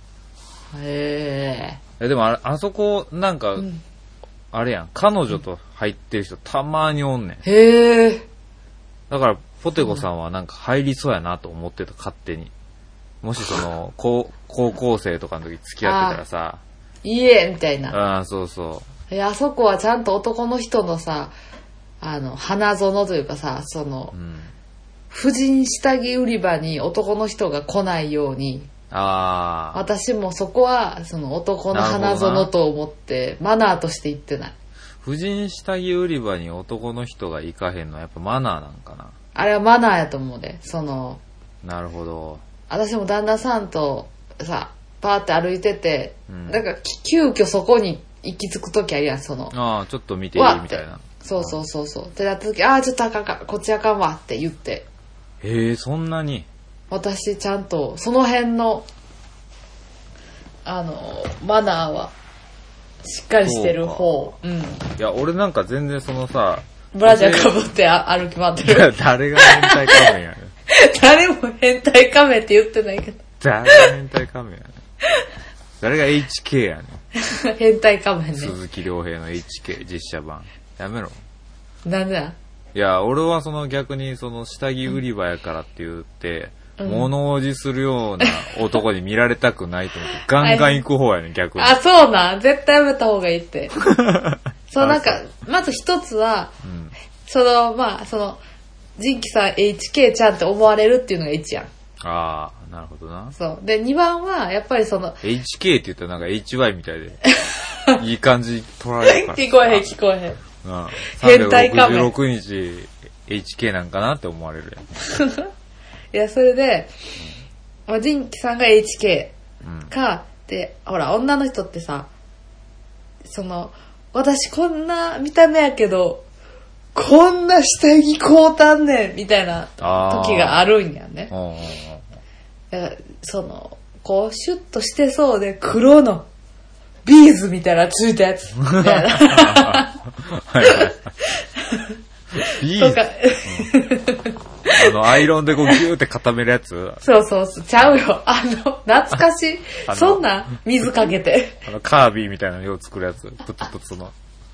へえ。でもあれ、あそこ、なんか、うん、あれやん。彼女と入ってる人たまにおんねん。 へえ。 だから、ポテコさんはなんか入りそうやなと思ってた、勝手に。もしその、高、高校生とかの時付き合ってたらさ。 いいえ、みたいな。 ああ、そうそう。 え、あそこはちゃんと男の人のさ、あの、花園というかさ、その、うん、婦人下着売り場に男の人が来ないように、 ああ。 私もそこは、その男の花園と思って、マナーとして言ってない。 婦人下着売り場に男の人が行かへんのはやっぱマナーなんかな。 あれはマナーやと思うで、その。 なるほど。 私も旦那さんとさ、パーって歩いてて、うん、なんか急遽そこに行き着くときあるやん、その。 ああ、ちょっと見ていいみたいな。 そうそうそうそう。ってなったとき、ああ、ちょっとあかんか、こっちあかんわって言って。 へえ、そんなに。 私ちゃんと、その辺の、あの、マナーは、しっかりしてる方。うん。いや、俺なんか全然そのさ、 ブラジャーかぶって歩き回ってる。 誰が変態仮面やねん。 誰も変態仮面って言ってないけど。 誰が変態仮面やねん。誰が エイチケー やねん。 変態仮面ね。 鈴木亮平の エイチケー 実写版。やめろ。 なんでや。 いや、俺はその逆にその下着売り場やからって言って、うん、物おじするような男に見られたくないと思って、ガンガン行く方やねん、逆に。 あ、そうなん絶対やめた方がいいって。そう、なんか、まず一つは、うん、その、まあ、その、ジンキさん エイチケー ちゃんって思われるっていうのがいちやん。 ああ、なるほどな。 そう。で、にばんは、やっぱりその、 エイチケー って言ったらなんか エイチワイ みたいで、いい感じ取られるから。 聞こえへん、聞こえへん。 うん。変態仮面。さんびゃくろくじゅうろくにち エイチケー なんかなって思われるやん。 いや、それで、うん、ジンキさんが エイチケー か、うん、で、ほら、女の人ってさ、その、私こんな見た目やけど、こんな下着買うたんねんみたいな時があるんやね。だからその、こう、シュッとしてそうで黒のビーズみたいなついたやつ。みたいな。 ビーズ、うん、あの、アイロンでこうギューって固めるやつそうそうそう、ちゃうよ。あの、懐かしい。そんな、水かけて。 あの、カービィみたいなのを作るやつ。プツプツの。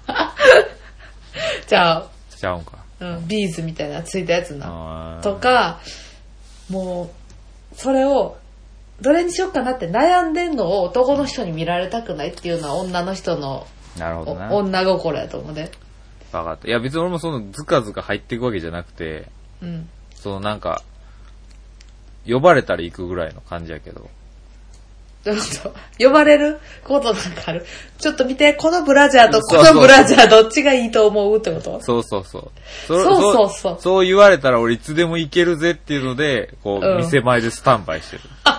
ちゃう。 ちゃうんか。 うん、ビーズみたいなついたやつな。とか、もう、それを、どれにしよっかなって悩んでんのを男の人に見られたくないっていうのは女の人の、 なるほどね。 女心やと思うね。 わかった。いや別に俺もそのズカズカ入っていくわけじゃなくて、 うん。 そのなんか、呼ばれたら行くぐらいの感じやけど。 ちょっと、呼ばれることなんかある。ちょっと見て、このブラジャーとこのブラジャーどっちがいいと思うってこと？ そうそうそう。 そそうそうそう。 そう言われたら俺いつでも行けるぜっていうので、こう、うん、店前でスタンバイしてる。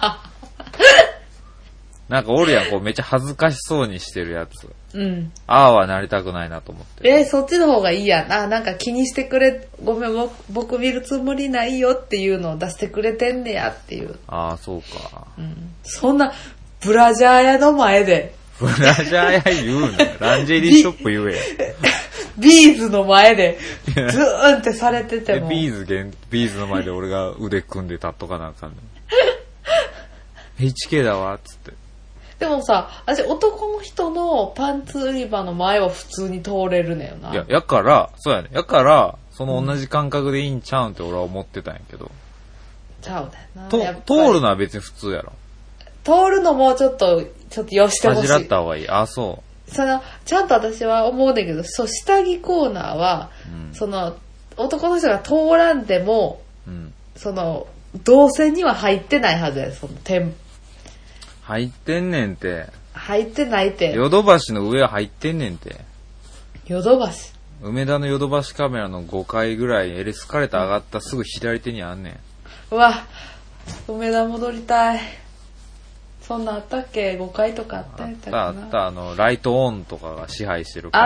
なんかおるやん、こうめっちゃ恥ずかしそうにしてるやつ。 うん。 ああはなりたくないなと思って。 えー、そっちの方がいいやん。あ、なんか気にしてくれ、ごめん、僕見るつもりないよっていうのを出してくれてんねやっていう。 ああ、そうか。 うん。そんな、ブラジャー屋の前で。 ブラジャー屋言うな。ランジェリーショップ言え。 ビーズの前で、ズーンってされてても。 ビーズげビーズの前で俺が腕組んで立っとかなあかんねん。エイチケー だわ、つって。 でもさ、私男の人のパンツ売り場の前は普通に通れるねよな。 いや、やから、そうやね。やから、その同じ感覚でいいんちゃうんって俺は思ってたんやけど。 ちゃうだよな。 と通るのは別に普通やろ。 通るのもちょっと、ちょっとよしてほしい。 恥じらった方がいい。あ、そう。 その、ちゃんと私は思うんだけど、そう、下着コーナーは、うん、その、男の人が通らんでも、うん、その、動線には入ってないはずや、その店舗。 入ってんねんて。 入ってないて。 ヨドバシの上は入ってんねんて。 ヨドバシ梅田のヨドバシカメラのごかいぐらいエレスカレーター上がったすぐ左手にあんねん。 うわ、梅田戻りたい。そんなあったっけ？ごかいとかあったんやったっけな。 あったあった、あの、ライトオンとかが支配してるから。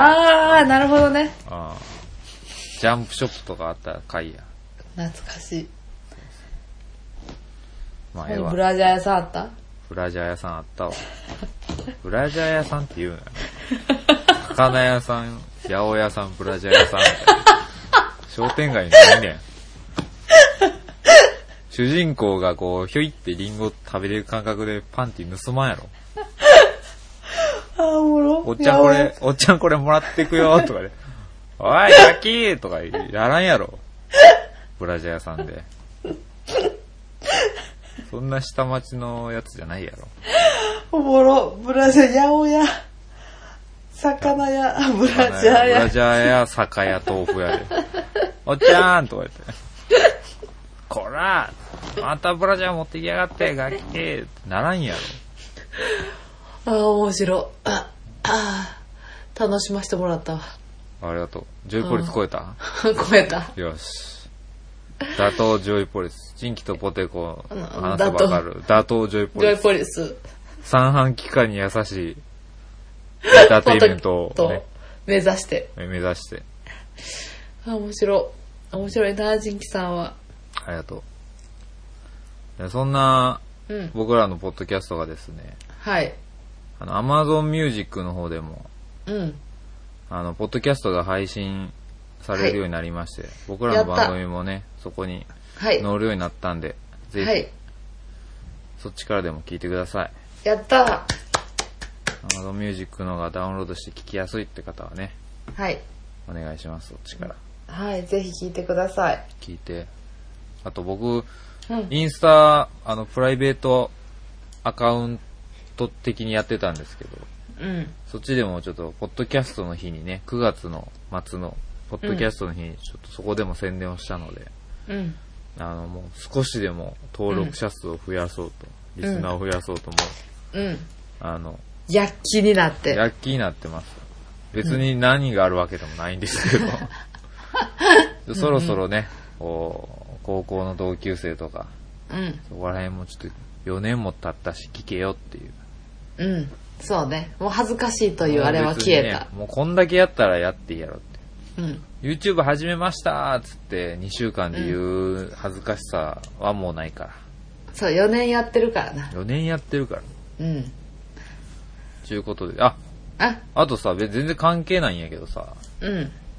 あー、なるほどね。 あジャンプショップとかあった回や。 懐かしい。 まあ、ええわ。 ブラジャー屋さんあった？ ブラジャー屋さんあったわ。ブラジャー屋さんって言うのよ。魚屋さん、八百屋さん、ブラジャー屋さんみたいな。商店街にないねん。主人公がこう、ひょいってリンゴ食べれる感覚でパンティ盗まんやろ。 あー、おもろ。 おっちゃんこれ、おっちゃんこれもらってくよ、とかで。おい、ガキーとかやらんやろ。ブラジャー屋さんで。そんな下町のやつじゃないやろ。 おもろ、ブラジャー八百屋、魚屋、ブラジャー屋。 ブラジャー屋、酒屋、豆腐屋で。おっちゃんとか言って。こらまたブラジャー持ってきやがって、ガキーってならんやろ。ああ、面白。あ、ああ、楽しませてもらったわ。 ありがとう。ジョイポリス超えた？ 超えた。 よし。打倒ジョイポリス。チンキとポテコ話せばわかる。打倒ジョイポリス。 ジョイポリス。 三半規管に優しいエンターテイメントを、ね、 目指して。 目指して。 あ、面白い。面白いな、ジンキさんは。 ありがとう。そんな、うん、僕らのポッドキャストがですね。 はい。 あの、Amazon Music の方でも、 うん。 あの、ポッドキャストが配信されるようになりまして、はい、僕らの番組もね、そこに載るようになったんで、ぜひ、はい、そっちからでも聞いてください。 やった Amazon Music のがダウンロードして聞きやすいって方はね、 はい。 お願いします、そっちから。 はい、ぜひ聞いてください。 聞いて。あと僕、うん、インスタ、あの、プライベートアカウント的にやってたんですけど、 うん、 そっちでもちょっと、ポッドキャストの日にね、くがつの末の、ポッドキャストの日に、ちょっとそこでも宣伝をしたので、 うん、 あの、もう少しでも登録者数を増やそうと、うん、リスナーを増やそうとも、 うん、 あの、 躍起になって。 躍起になってます。別に何があるわけでもないんですけど、うん、そろそろね、こう、高校の同級生とか、 うん、 そこら辺もちょっとよねんも経ったし聞けよっていう。 うん、そうね。もう恥ずかしいというあれは消えた。 もう、ね、もうこんだけやったらやっていいやろって。 うん、 YouTube 始めましたっつってにしゅうかんで言う恥ずかしさはもうないから。 そう、よねんやってるからな。 よねんやってるから。 うん。 ちゅうことで、あ、 あ、 あとさ、全然関係ないんやけどさ、 うん。 あ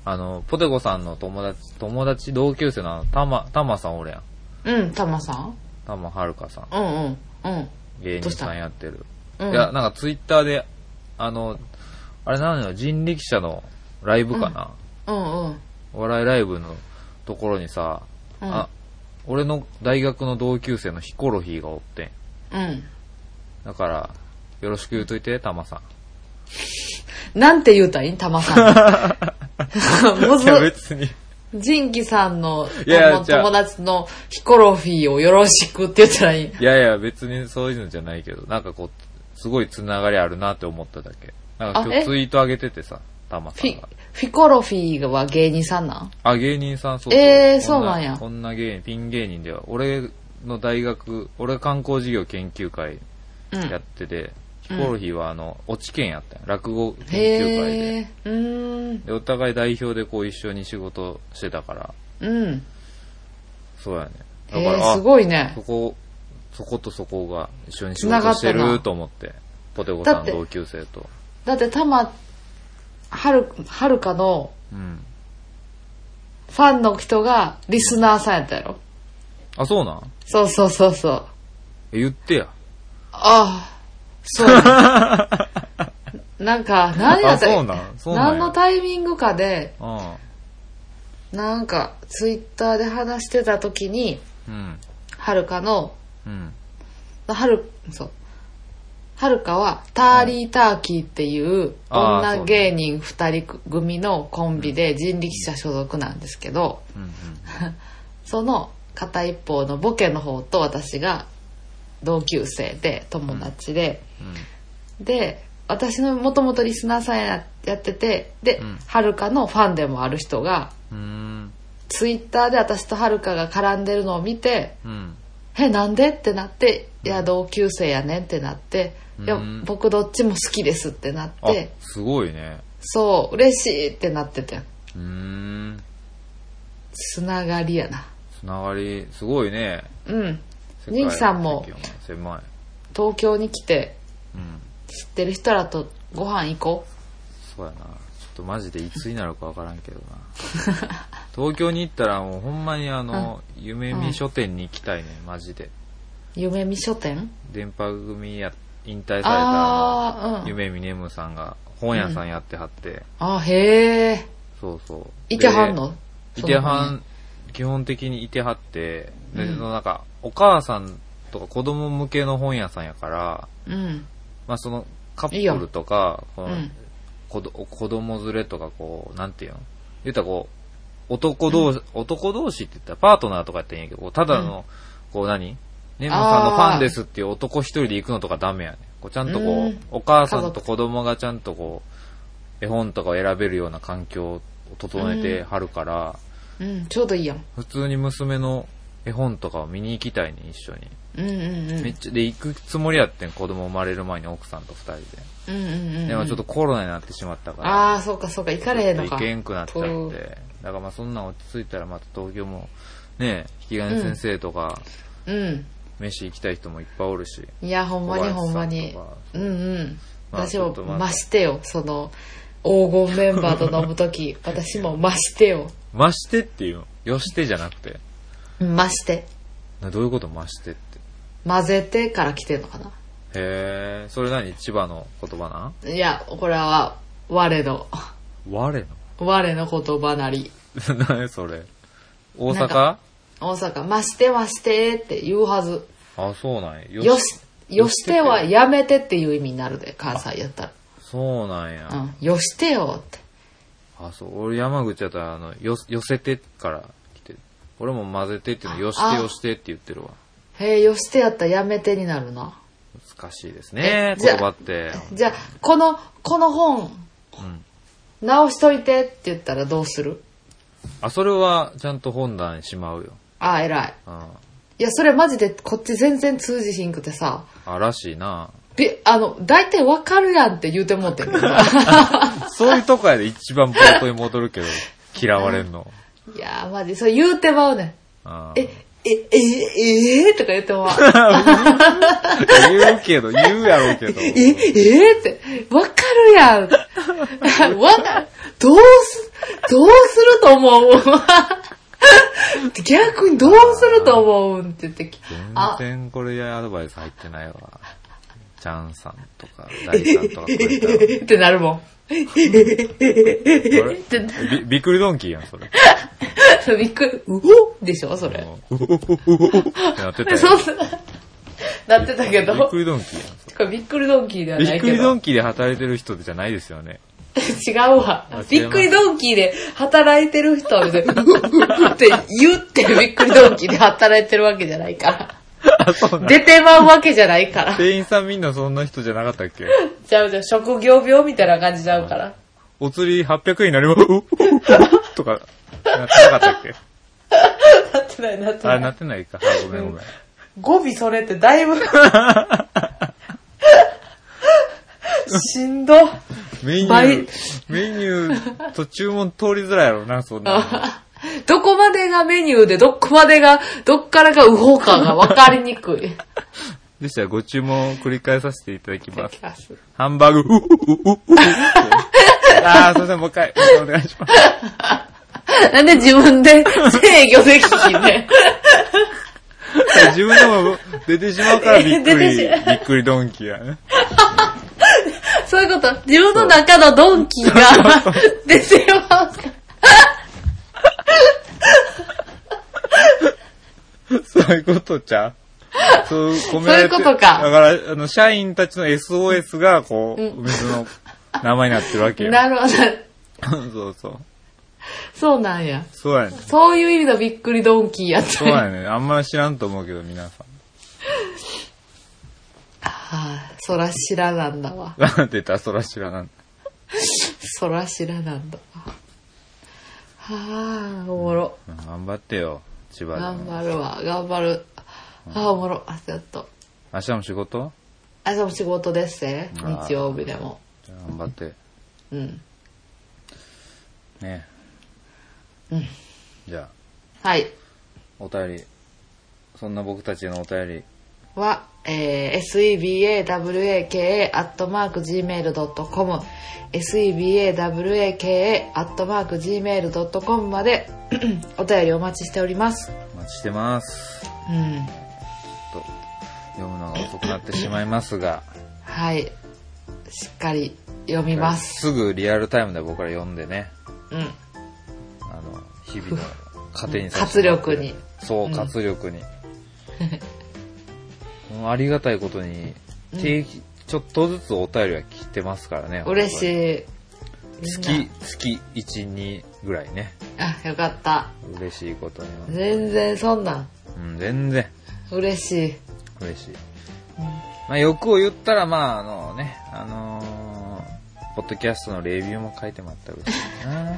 あの、ポテコさんの友達、友達、同級生のあの、たま、たまさんおるやん。うん、たまさんたまはるかさん。 うんうん。うん。 芸人さんやってる。うん、いや、なんかツイッターで、あの、あれ何の人力車のライブかな、 うん、うんうんお笑いライブのところにさ、うん、あ、俺の大学の同級生のヒコロヒーがおってん。うん。だから、よろしく言うといて、たまさん。なんて言うたらいいんたまさん。もず、いや別に。 ジンキさんの友達のヒコロヒーをよろしくって言ったらいい。 いやいや、別にそういうのじゃないけど、なんかこう、すごいつながりあるなって思っただけ。なんか今日ツイート上げててさ、たまさんが。 フィコロフィーは芸人さんなん？ あ、芸人さん、そうそう。 えー、そうなんや。 こんな芸人、ピン芸人では、俺の大学、俺観光事業研究会やってて、うん、ヒコロヒーはあの、落ち研やったんや。落語研究会で。うーんで、お互い代表でこう一緒に仕事してたから。うん。そうやね。だから、 えー、すごいね。 そこ、そことそこが一緒に仕事してると思って、ポテコさん同級生と。 だってたま、はる、はるかの、うん、ファンの人がリスナーさんやったやろ。 あ、そうなん？ そうそうそうそう。 え、言ってや。 ああ、そうや。なんか、何やったら、 そうなんそうなん何のタイミングかで、ああなんか、ツイッターで話してた時に、うん、はるかの、うん、はる、そう。はるかはターリーターキーっていう女芸人二人組のコンビで人力車所属なんですけど、うんうん、その片一方のボケの方と私が同級生で友達で、うんうん、で私のもともとリスナーさん や, やっててで、はるかのファンでもある人が、うん、ツイッターで私とはるかが絡んでるのを見て、うん、えなんでってなっていや同級生やねんってなっていや僕どっちも好きですってなってすごいねそう嬉しいってなっててうーんつながりやなつながりすごいねうんニキさんも東京に来て、うん、知ってる人らとご飯行こうそうやなちょっとマジでいつになるかわからんけどな東京に行ったらもうほんまにあの、うん、夢見書店に行きたいねマジで夢見書店電波組や引退されたあの、うん、夢見ねむさんが本屋さんやってはって、うん、 あへえそうそういてはんのいてはん基本的にいてはって、うん、でそのなんかお母さんとか子供向けの本屋さんやから、うん、まあそのカップルとかこの、うん、子, 子供連れとかこうなんていうの言ったらこう男同士、うん、男同士って言ったらパートナーとかやったらいいんやけどただの、うん、こう何ねむさんのファンですっていう男一人で行くのとかダメやねこうちゃんとこう、うん、お母さんと子供がちゃんとこう絵本とかを選べるような環境を整えてはるから、 うん、うん、ちょうどいいやん普通に娘の絵本とかを見に行きたいね一緒に、うんうんうん、めっちゃで行くつもりやってん子供生まれる前に奥さんと二人で、うんうんうんうん、でもちょっとコロナになってしまったからああそうかそうか行かれへんのか行けんくなっちゃってだからまあそんなん落ち着いたらまた東京もね引き金先生とか、うん、うん飯行きたい人もいっぱいおるしいやほんまにほんまにうんうん私も増してよその黄金メンバーと飲むとき私も増してよ増してっていうのよしてじゃなくて増してどういうこと増してって混ぜてから来てんのかなへえそれ何千葉の言葉なんいやこれは我の我の我の言葉なり何それ大阪大阪、ましてましてって言うはず。 あ、そうなんや。 よし、よしてはやめてっていう意味になるで、関西やったら。 そうなんや。 うん、よしてよって。 あ、そう。俺山口やったら、あの、よ、寄せてから来てる。俺も混ぜてっていうの、よしてよしてって言ってるわ。 へえ、よしてやったらやめてになるな。 難しいですね、言葉って。 じゃあ、この、この本、うん、直しといてって言ったらどうする？ あ、それはちゃんと本棚にしまうよ。 あ、偉い。うん、いや、それマジでこっち全然通じひんくてさ。 あ、らしいな。 で、あの、大体わかるやんって言うてもってんけど。 そういうとこやで一番冒頭に戻るけど、嫌われんの。 いやー、マジ、それ言うてまうねん。え、え、え、え、えー、とか言ってまう。 言うけど、言うやろうけど。え、 えー、って、わかるやん。わかる。どうす、 どうすると思う逆にどうすると思うんって言ってき全然これアドバイス入ってないわ。チャンさんとか、大さんとかってなるもん。 び, びっくりドンキーやん、それ。 びっくり、うおでしょ、それ。 うおうおうおってなってたよ。 なってたけど。 びっくりドンキーやん。 これびっくりドンキーではないけど。 びっくりドンキーで働いてる人じゃないですよね。 違うわ。びっくりドンキーで働いてる人は別に、って言ってびっくりドンキーで働いてるわけじゃないから。 あ、そうなん出てまうわけじゃないから。 店員さんみんなそんな人じゃなかったっけ？ ちゃうじゃん、職業病みたいな感じちゃうから。 お釣りはっぴゃくえんになりますとか、なってなかったっけ？ なってない、なってない。 あ、なってないか。ごめんごめん。 語尾それってだいぶ、しんど。 メニュー、メニューと注文通りづらいやろな、そんな。 どこまでがメニューで、どこまでが、どっからがウホかが分かりにくい。 でしたらご注文を繰り返させていただきます。ハンバーグ、ううううあー、すいません、もう一回、お願いします。 なんで自分で制御できひんね。 自分でも出てしまうからびっくり、びっくりドンキーやね。 そういうこと。自分の中のドンキーが出てまうから。 そういうことちゃうそう込められて、 そういうことか。 だから、あの、社員たちの エスオーエス が、こう、お店の名前になってるわけよ。 なるほど。 そうそう。 そうなんや。 そうやね。 そういう意味のびっくりドンキーやった。 そうやね。あんまり知らんと思うけど、皆さん。 はぁ、そら知らなんだわ。 なんて言ったらそら知らなんだ。 そら知らなんだわ。はぁ、おもろ。 頑張ってよ、千葉で。 頑張るわ、頑張る。ああ、おもろ。あ、ちょっと。 明日も仕事？ 明日も仕事ですね。日曜日でも。 じゃあ頑張って。 うん。 ねうん。 じゃあ。はい。 お便り。そんな僕たちのお便り。 は、えー、エスイービーエーダブリューエーケーエー アットマーク ジーメールドットコム エスイービーエーダブリューエーケーエー アットマーク ジーメールドットコム までお便りお待ちしております。 お待ちしてます。 うん。 と読むのが遅くなってしまいますが。 はい。しっかり読みます。 すぐリアルタイムで僕ら読んでね。 うん。 あの、日々の糧にさせて活力に。 そう、活力に。うん、ありがたいことに、定期、ちょっとずつお便りは来てますからね。 嬉しい。 月、月いち、にぐらいね。 あ、よかった。 嬉しいことには。 全然そんなん。 うん、全然。 嬉しい。 嬉しい。うん、まあ、欲を言ったら、まあ、あのね、あのー、ポッドキャストのレビューも書いてもらったら嬉しいな。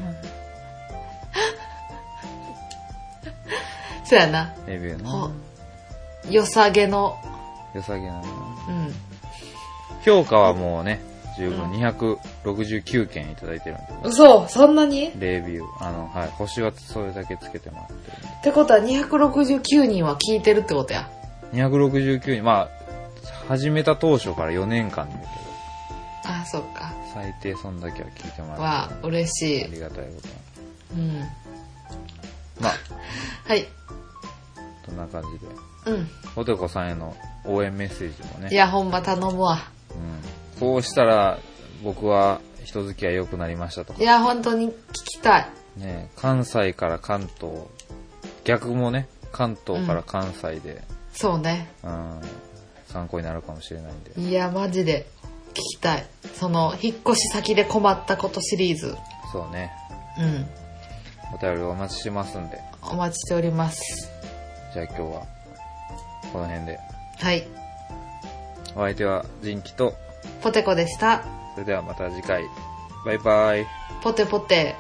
そうやな。 レビューの。 良さげの。 良さげなの。 うん。 評価はもうね、十分にひゃくろくじゅうきゅうけんいただいてるんで。 そう、そんなにレビュー。あの、はい。星はそれだけつけてもらってる。 ってことはにひゃくろくじゅうきゅうにんは聞いてるってことや。 にひゃくろくじゅうきゅうにん。まあ、始めた当初からよねんかんだけど。 あ、そっか。 最低そんだけは聞いてもらって。 わあ、嬉しい。 ありがたいこと。 うん。 まあ。 はい。 こんな感じで。 うん。 おてこさんへの応援メッセージもね。 いや、ほんま頼むわ。 うん。こうしたら、僕は人付き合い良くなりましたとか。 いや、本当に聞きたい。 ね、関西から関東、逆もね、関東から関西で。うん、 そうね。 うん。参考になるかもしれないんで。 いや、マジで聞きたい。その、引っ越し先で困ったことシリーズ。 そうね。 うん。 お便りお待ちしてますんで。 お待ちしております。 じゃあ今日は、この辺で。 はい。 お相手はジンキとポテコでした。 それではまた次回。バイバイ。 ポテポテ。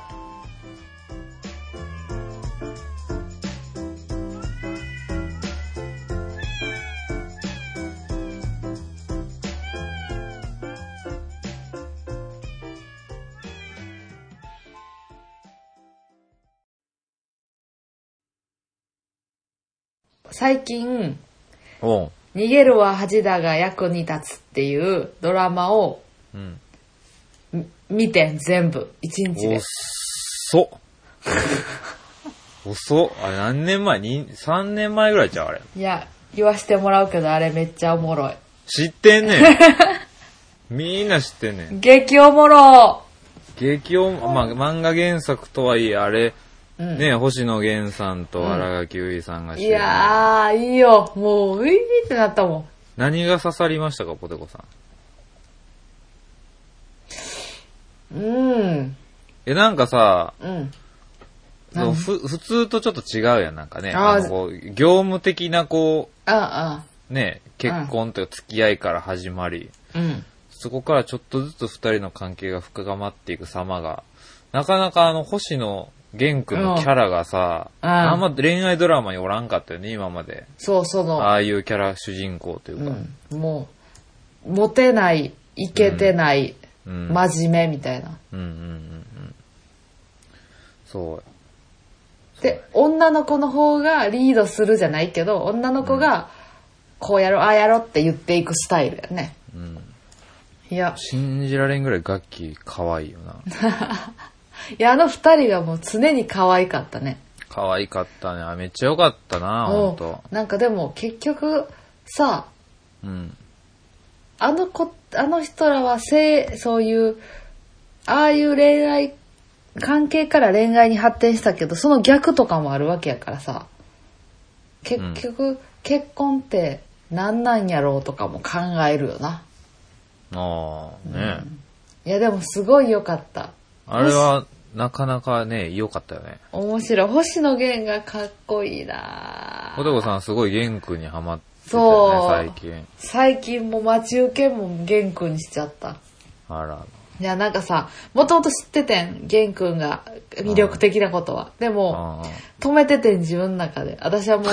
最近、 おう逃げるは恥だが役に立つっていうドラマを、うん、見てん全部一日で。 遅っ。遅っ。あれ何年前に、さんねんまえぐらいちゃうあれ。 いや、言わしてもらうけどあれめっちゃおもろい。 知ってんねん。みんな知ってんねん。 激おもろ。 激おも、まあ、漫画原作とはいえ、あれ、うん、ね、星野源さんと新垣結衣さんがしてる、 うん、いやー、いいよ。もう、ウィーってなったもん。 何が刺さりましたか、ポテコさん。うん。 え、なんかさ、うん。そうふ普通とちょっと違うやん、なんかね。あのこう業務的なこう、 ああね、結婚というか付き合いから始まり、うん、そこからちょっとずつ二人の関係が深まっていく様が、なかなかあの星野源くんのキャラがさ、うん、あんま恋愛ドラマにおらんかったよね、今まで。 そうそうの。 ああいうキャラ主人公というか。 うん、もう、モテない、イケてない、うん、真面目みたいな。うんうんうんうん。 そう。 で、女の子の方がリードするじゃないけど、女の子がこうやろ、ああやろって言っていくスタイルやね。うん。いや。 信じられんぐらいガッキー可愛いよな。 いや、あの二人がもう常に可愛かったね。 可愛かったね。めっちゃ良かったな、ほんと。 なんかでも結局さ、うん。あの子、あの人らはせそういう、ああいう恋愛、関係から恋愛に発展したけど、その逆とかもあるわけやからさ、結局、うん、結婚って何なんやろうとかも考えるよな。 ああ、ね、 うん、いやでもすごい良かった。 あれはなかなかね、良かったよね。 面白い。星野源がかっこいいな。 ポテコさんすごい源くんにハマってたよね、最近。 最近も待ち受けも源くんにしちゃった。 あら。 いや、なんかさ、もともと知っててん、源くんが魅力的なことは。でも、止めててん、自分の中で。私はもう。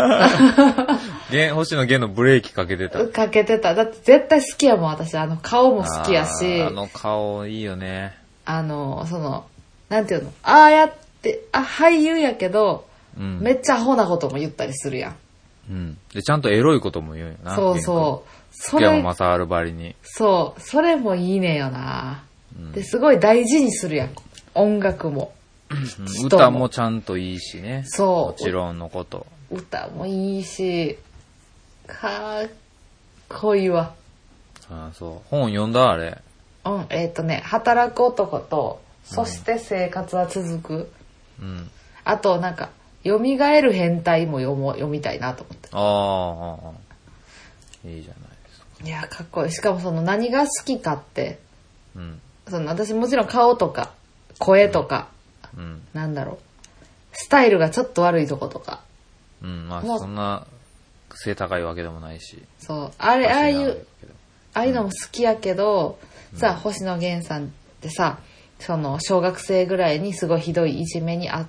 星野源のブレーキかけてた。 かけてた。だって絶対好きやもん、私。あの、顔も好きやし。 あ, あの顔いいよね。 あの、その、なんていうの、ああやって、あ、俳優やけど、うん、めっちゃアホなことも言ったりするやん。 うん。で、ちゃんとエロいことも言うよな。 そうそう。 それも正治ばりに。 そう。それもいいねよな、うん。で、すごい大事にするやん。音楽も。 歌もちゃんといいしね。 そう。 もちろんのこと。 歌もいいし、かっこいいわ。 ああ、そう。本読んだあれ。 うん、えっ、ー、とね、働く男と、そして生活は続く。うん。あと、なんか、蘇る変態も読も読みたいなと思って。 ああ。いいじゃないですか。 いや、かっこいい。しかもその何が好きかって、うん、その私もちろん顔とか声とか、うん、なんだろう、スタイルがちょっと悪いとことか。 うん、まあそんな背高いわけでもないし。 そう、あれ、ああいう、ああいうのも好きやけど、うん、さあ、星野源さんってさ、その小学生ぐらいにすごいひどいいじめにあって、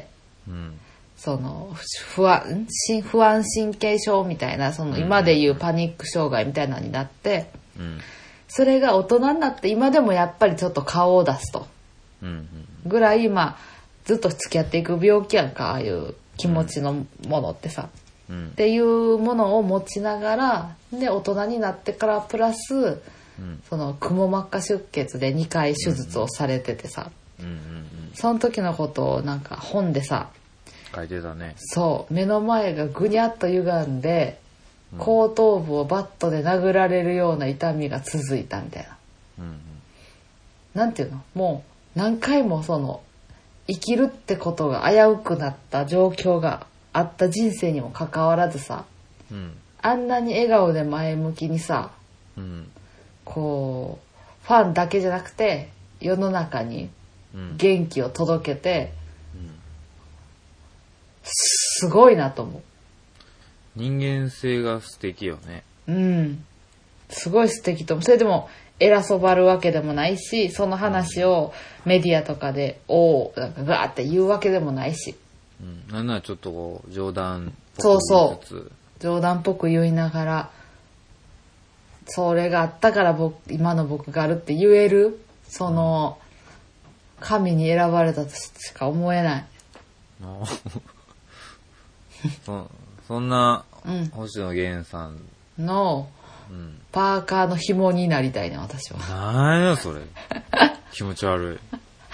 うん、その不安不安神経症みたいな、その今でいうパニック障害みたいなのになって、うん、それが大人になって今でもやっぱりちょっと顔を出すと、うんうん、ぐらい今ずっと付き合っていく病気やんか、ああいう気持ちのものってさ、うん、っていうものを持ちながらで大人になってからプラス、うん、そのくも膜下出血でにかい手術をされててさ、うんうんうん、その時のことをなんか本でさ書いてたね。 そう、目の前がぐにゃっと歪んで、うん、後頭部をバットで殴られるような痛みが続いたみたいな、うんうん、なんていうの、もう何回もその生きるってことが危うくなった状況があった人生にもかかわらずさ、うん、あんなに笑顔で前向きにさ、うん、こうファンだけじゃなくて世の中に元気を届けて、うん、すごいなと思う。 人間性が素敵よね。 うん、すごい素敵と思う。それでも偉そばるわけでもないし、その話をメディアとかでおーなんかガーって言うわけでもないし、 うん、なんならちょっとこう冗談っぽくそうそう冗談っぽく言いながら、それがあったから僕今の僕があるって言える、その神に選ばれたとしか思えない。 そ, そんな星野源さんのパーカーの紐になりたいな、私は。 なんやそれ気持ち悪い。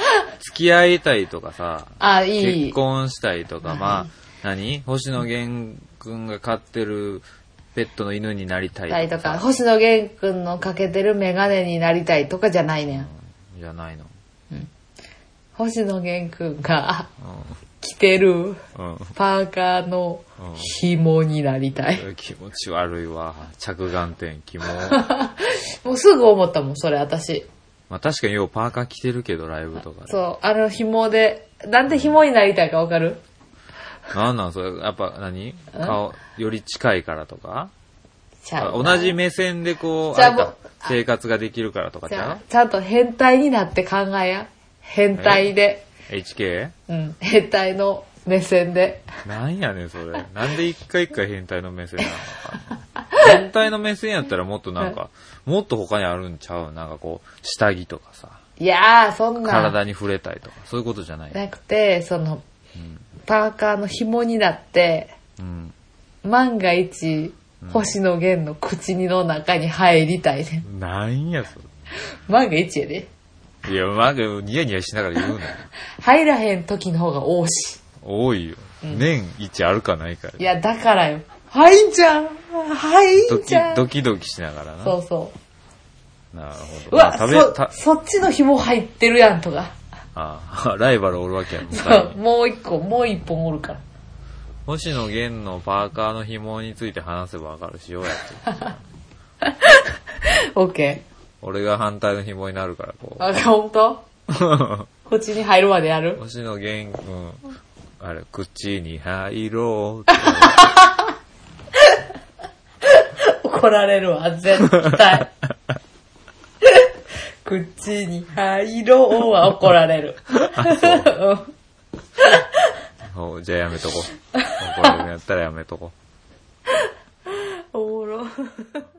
付き合いたいとかさ、 あ、いい。 結婚したいとか、まあ、何星野源くんが飼ってるペットの犬になりたいとか。 とか星野源くんのかけてるメガネになりたいとかじゃないねん。うん、 じゃないの。 うん、星野源くんが、うん、着てるパーカーの紐になりたい。 うん、気持ち悪いわ。着眼点、肝。 もうすぐ思ったもん、それ私。 まあ確かにようパーカー着てるけど、ライブとかで。 そう、あの紐で、なんで紐になりたいかわかる？ なんなんそれ、やっぱ何？顔、より近いからとか？同じ目線でこう、あれか生活ができるからとかちゃう？ ちゃんと変態になって考えや。変態で。 エイチケー？ うん。変態の目線で。 なんやねんそれ。なんで一回一回変態の目線なのか。変態の目線やったらもっとなんか、もっと他にあるんちゃう？なんかこう、下着とかさ。 いやー、そんな。 体に触れたいとか、そういうことじゃない。 なくて、その、うん、パーカーの紐になって、うん、万が一、うん、星野源の口の中に入りたいね。 なんやそれ。 万が一やで。 いや、まあ、ニヤニヤしながら言うなよ。 入らへん時の方が多し。 多いよ。うん、年一あるかないか。 いや、だからよ。入んじゃん入んじゃんドキドキしながらな。 そうそう。 なるほど。 うわ、まあ、そ、そっちの紐入ってるやんとか。 ああ、ライバルおるわけやん。 そう、もう一個、もう一本おるから。 星野源のパーカーの紐について話せばわかるしようやって。 オッケー。 俺が反対の紐になるから、こう。 あ、ほんと？こっちに入るまでやる？ 星野源、うん。あれ、口に入ろうって。 怒られるわ、絶対。口に入ろうは怒られる。あ、 そう。じゃあやめとこ。怒られるんやったらやめとこ。 おもろ。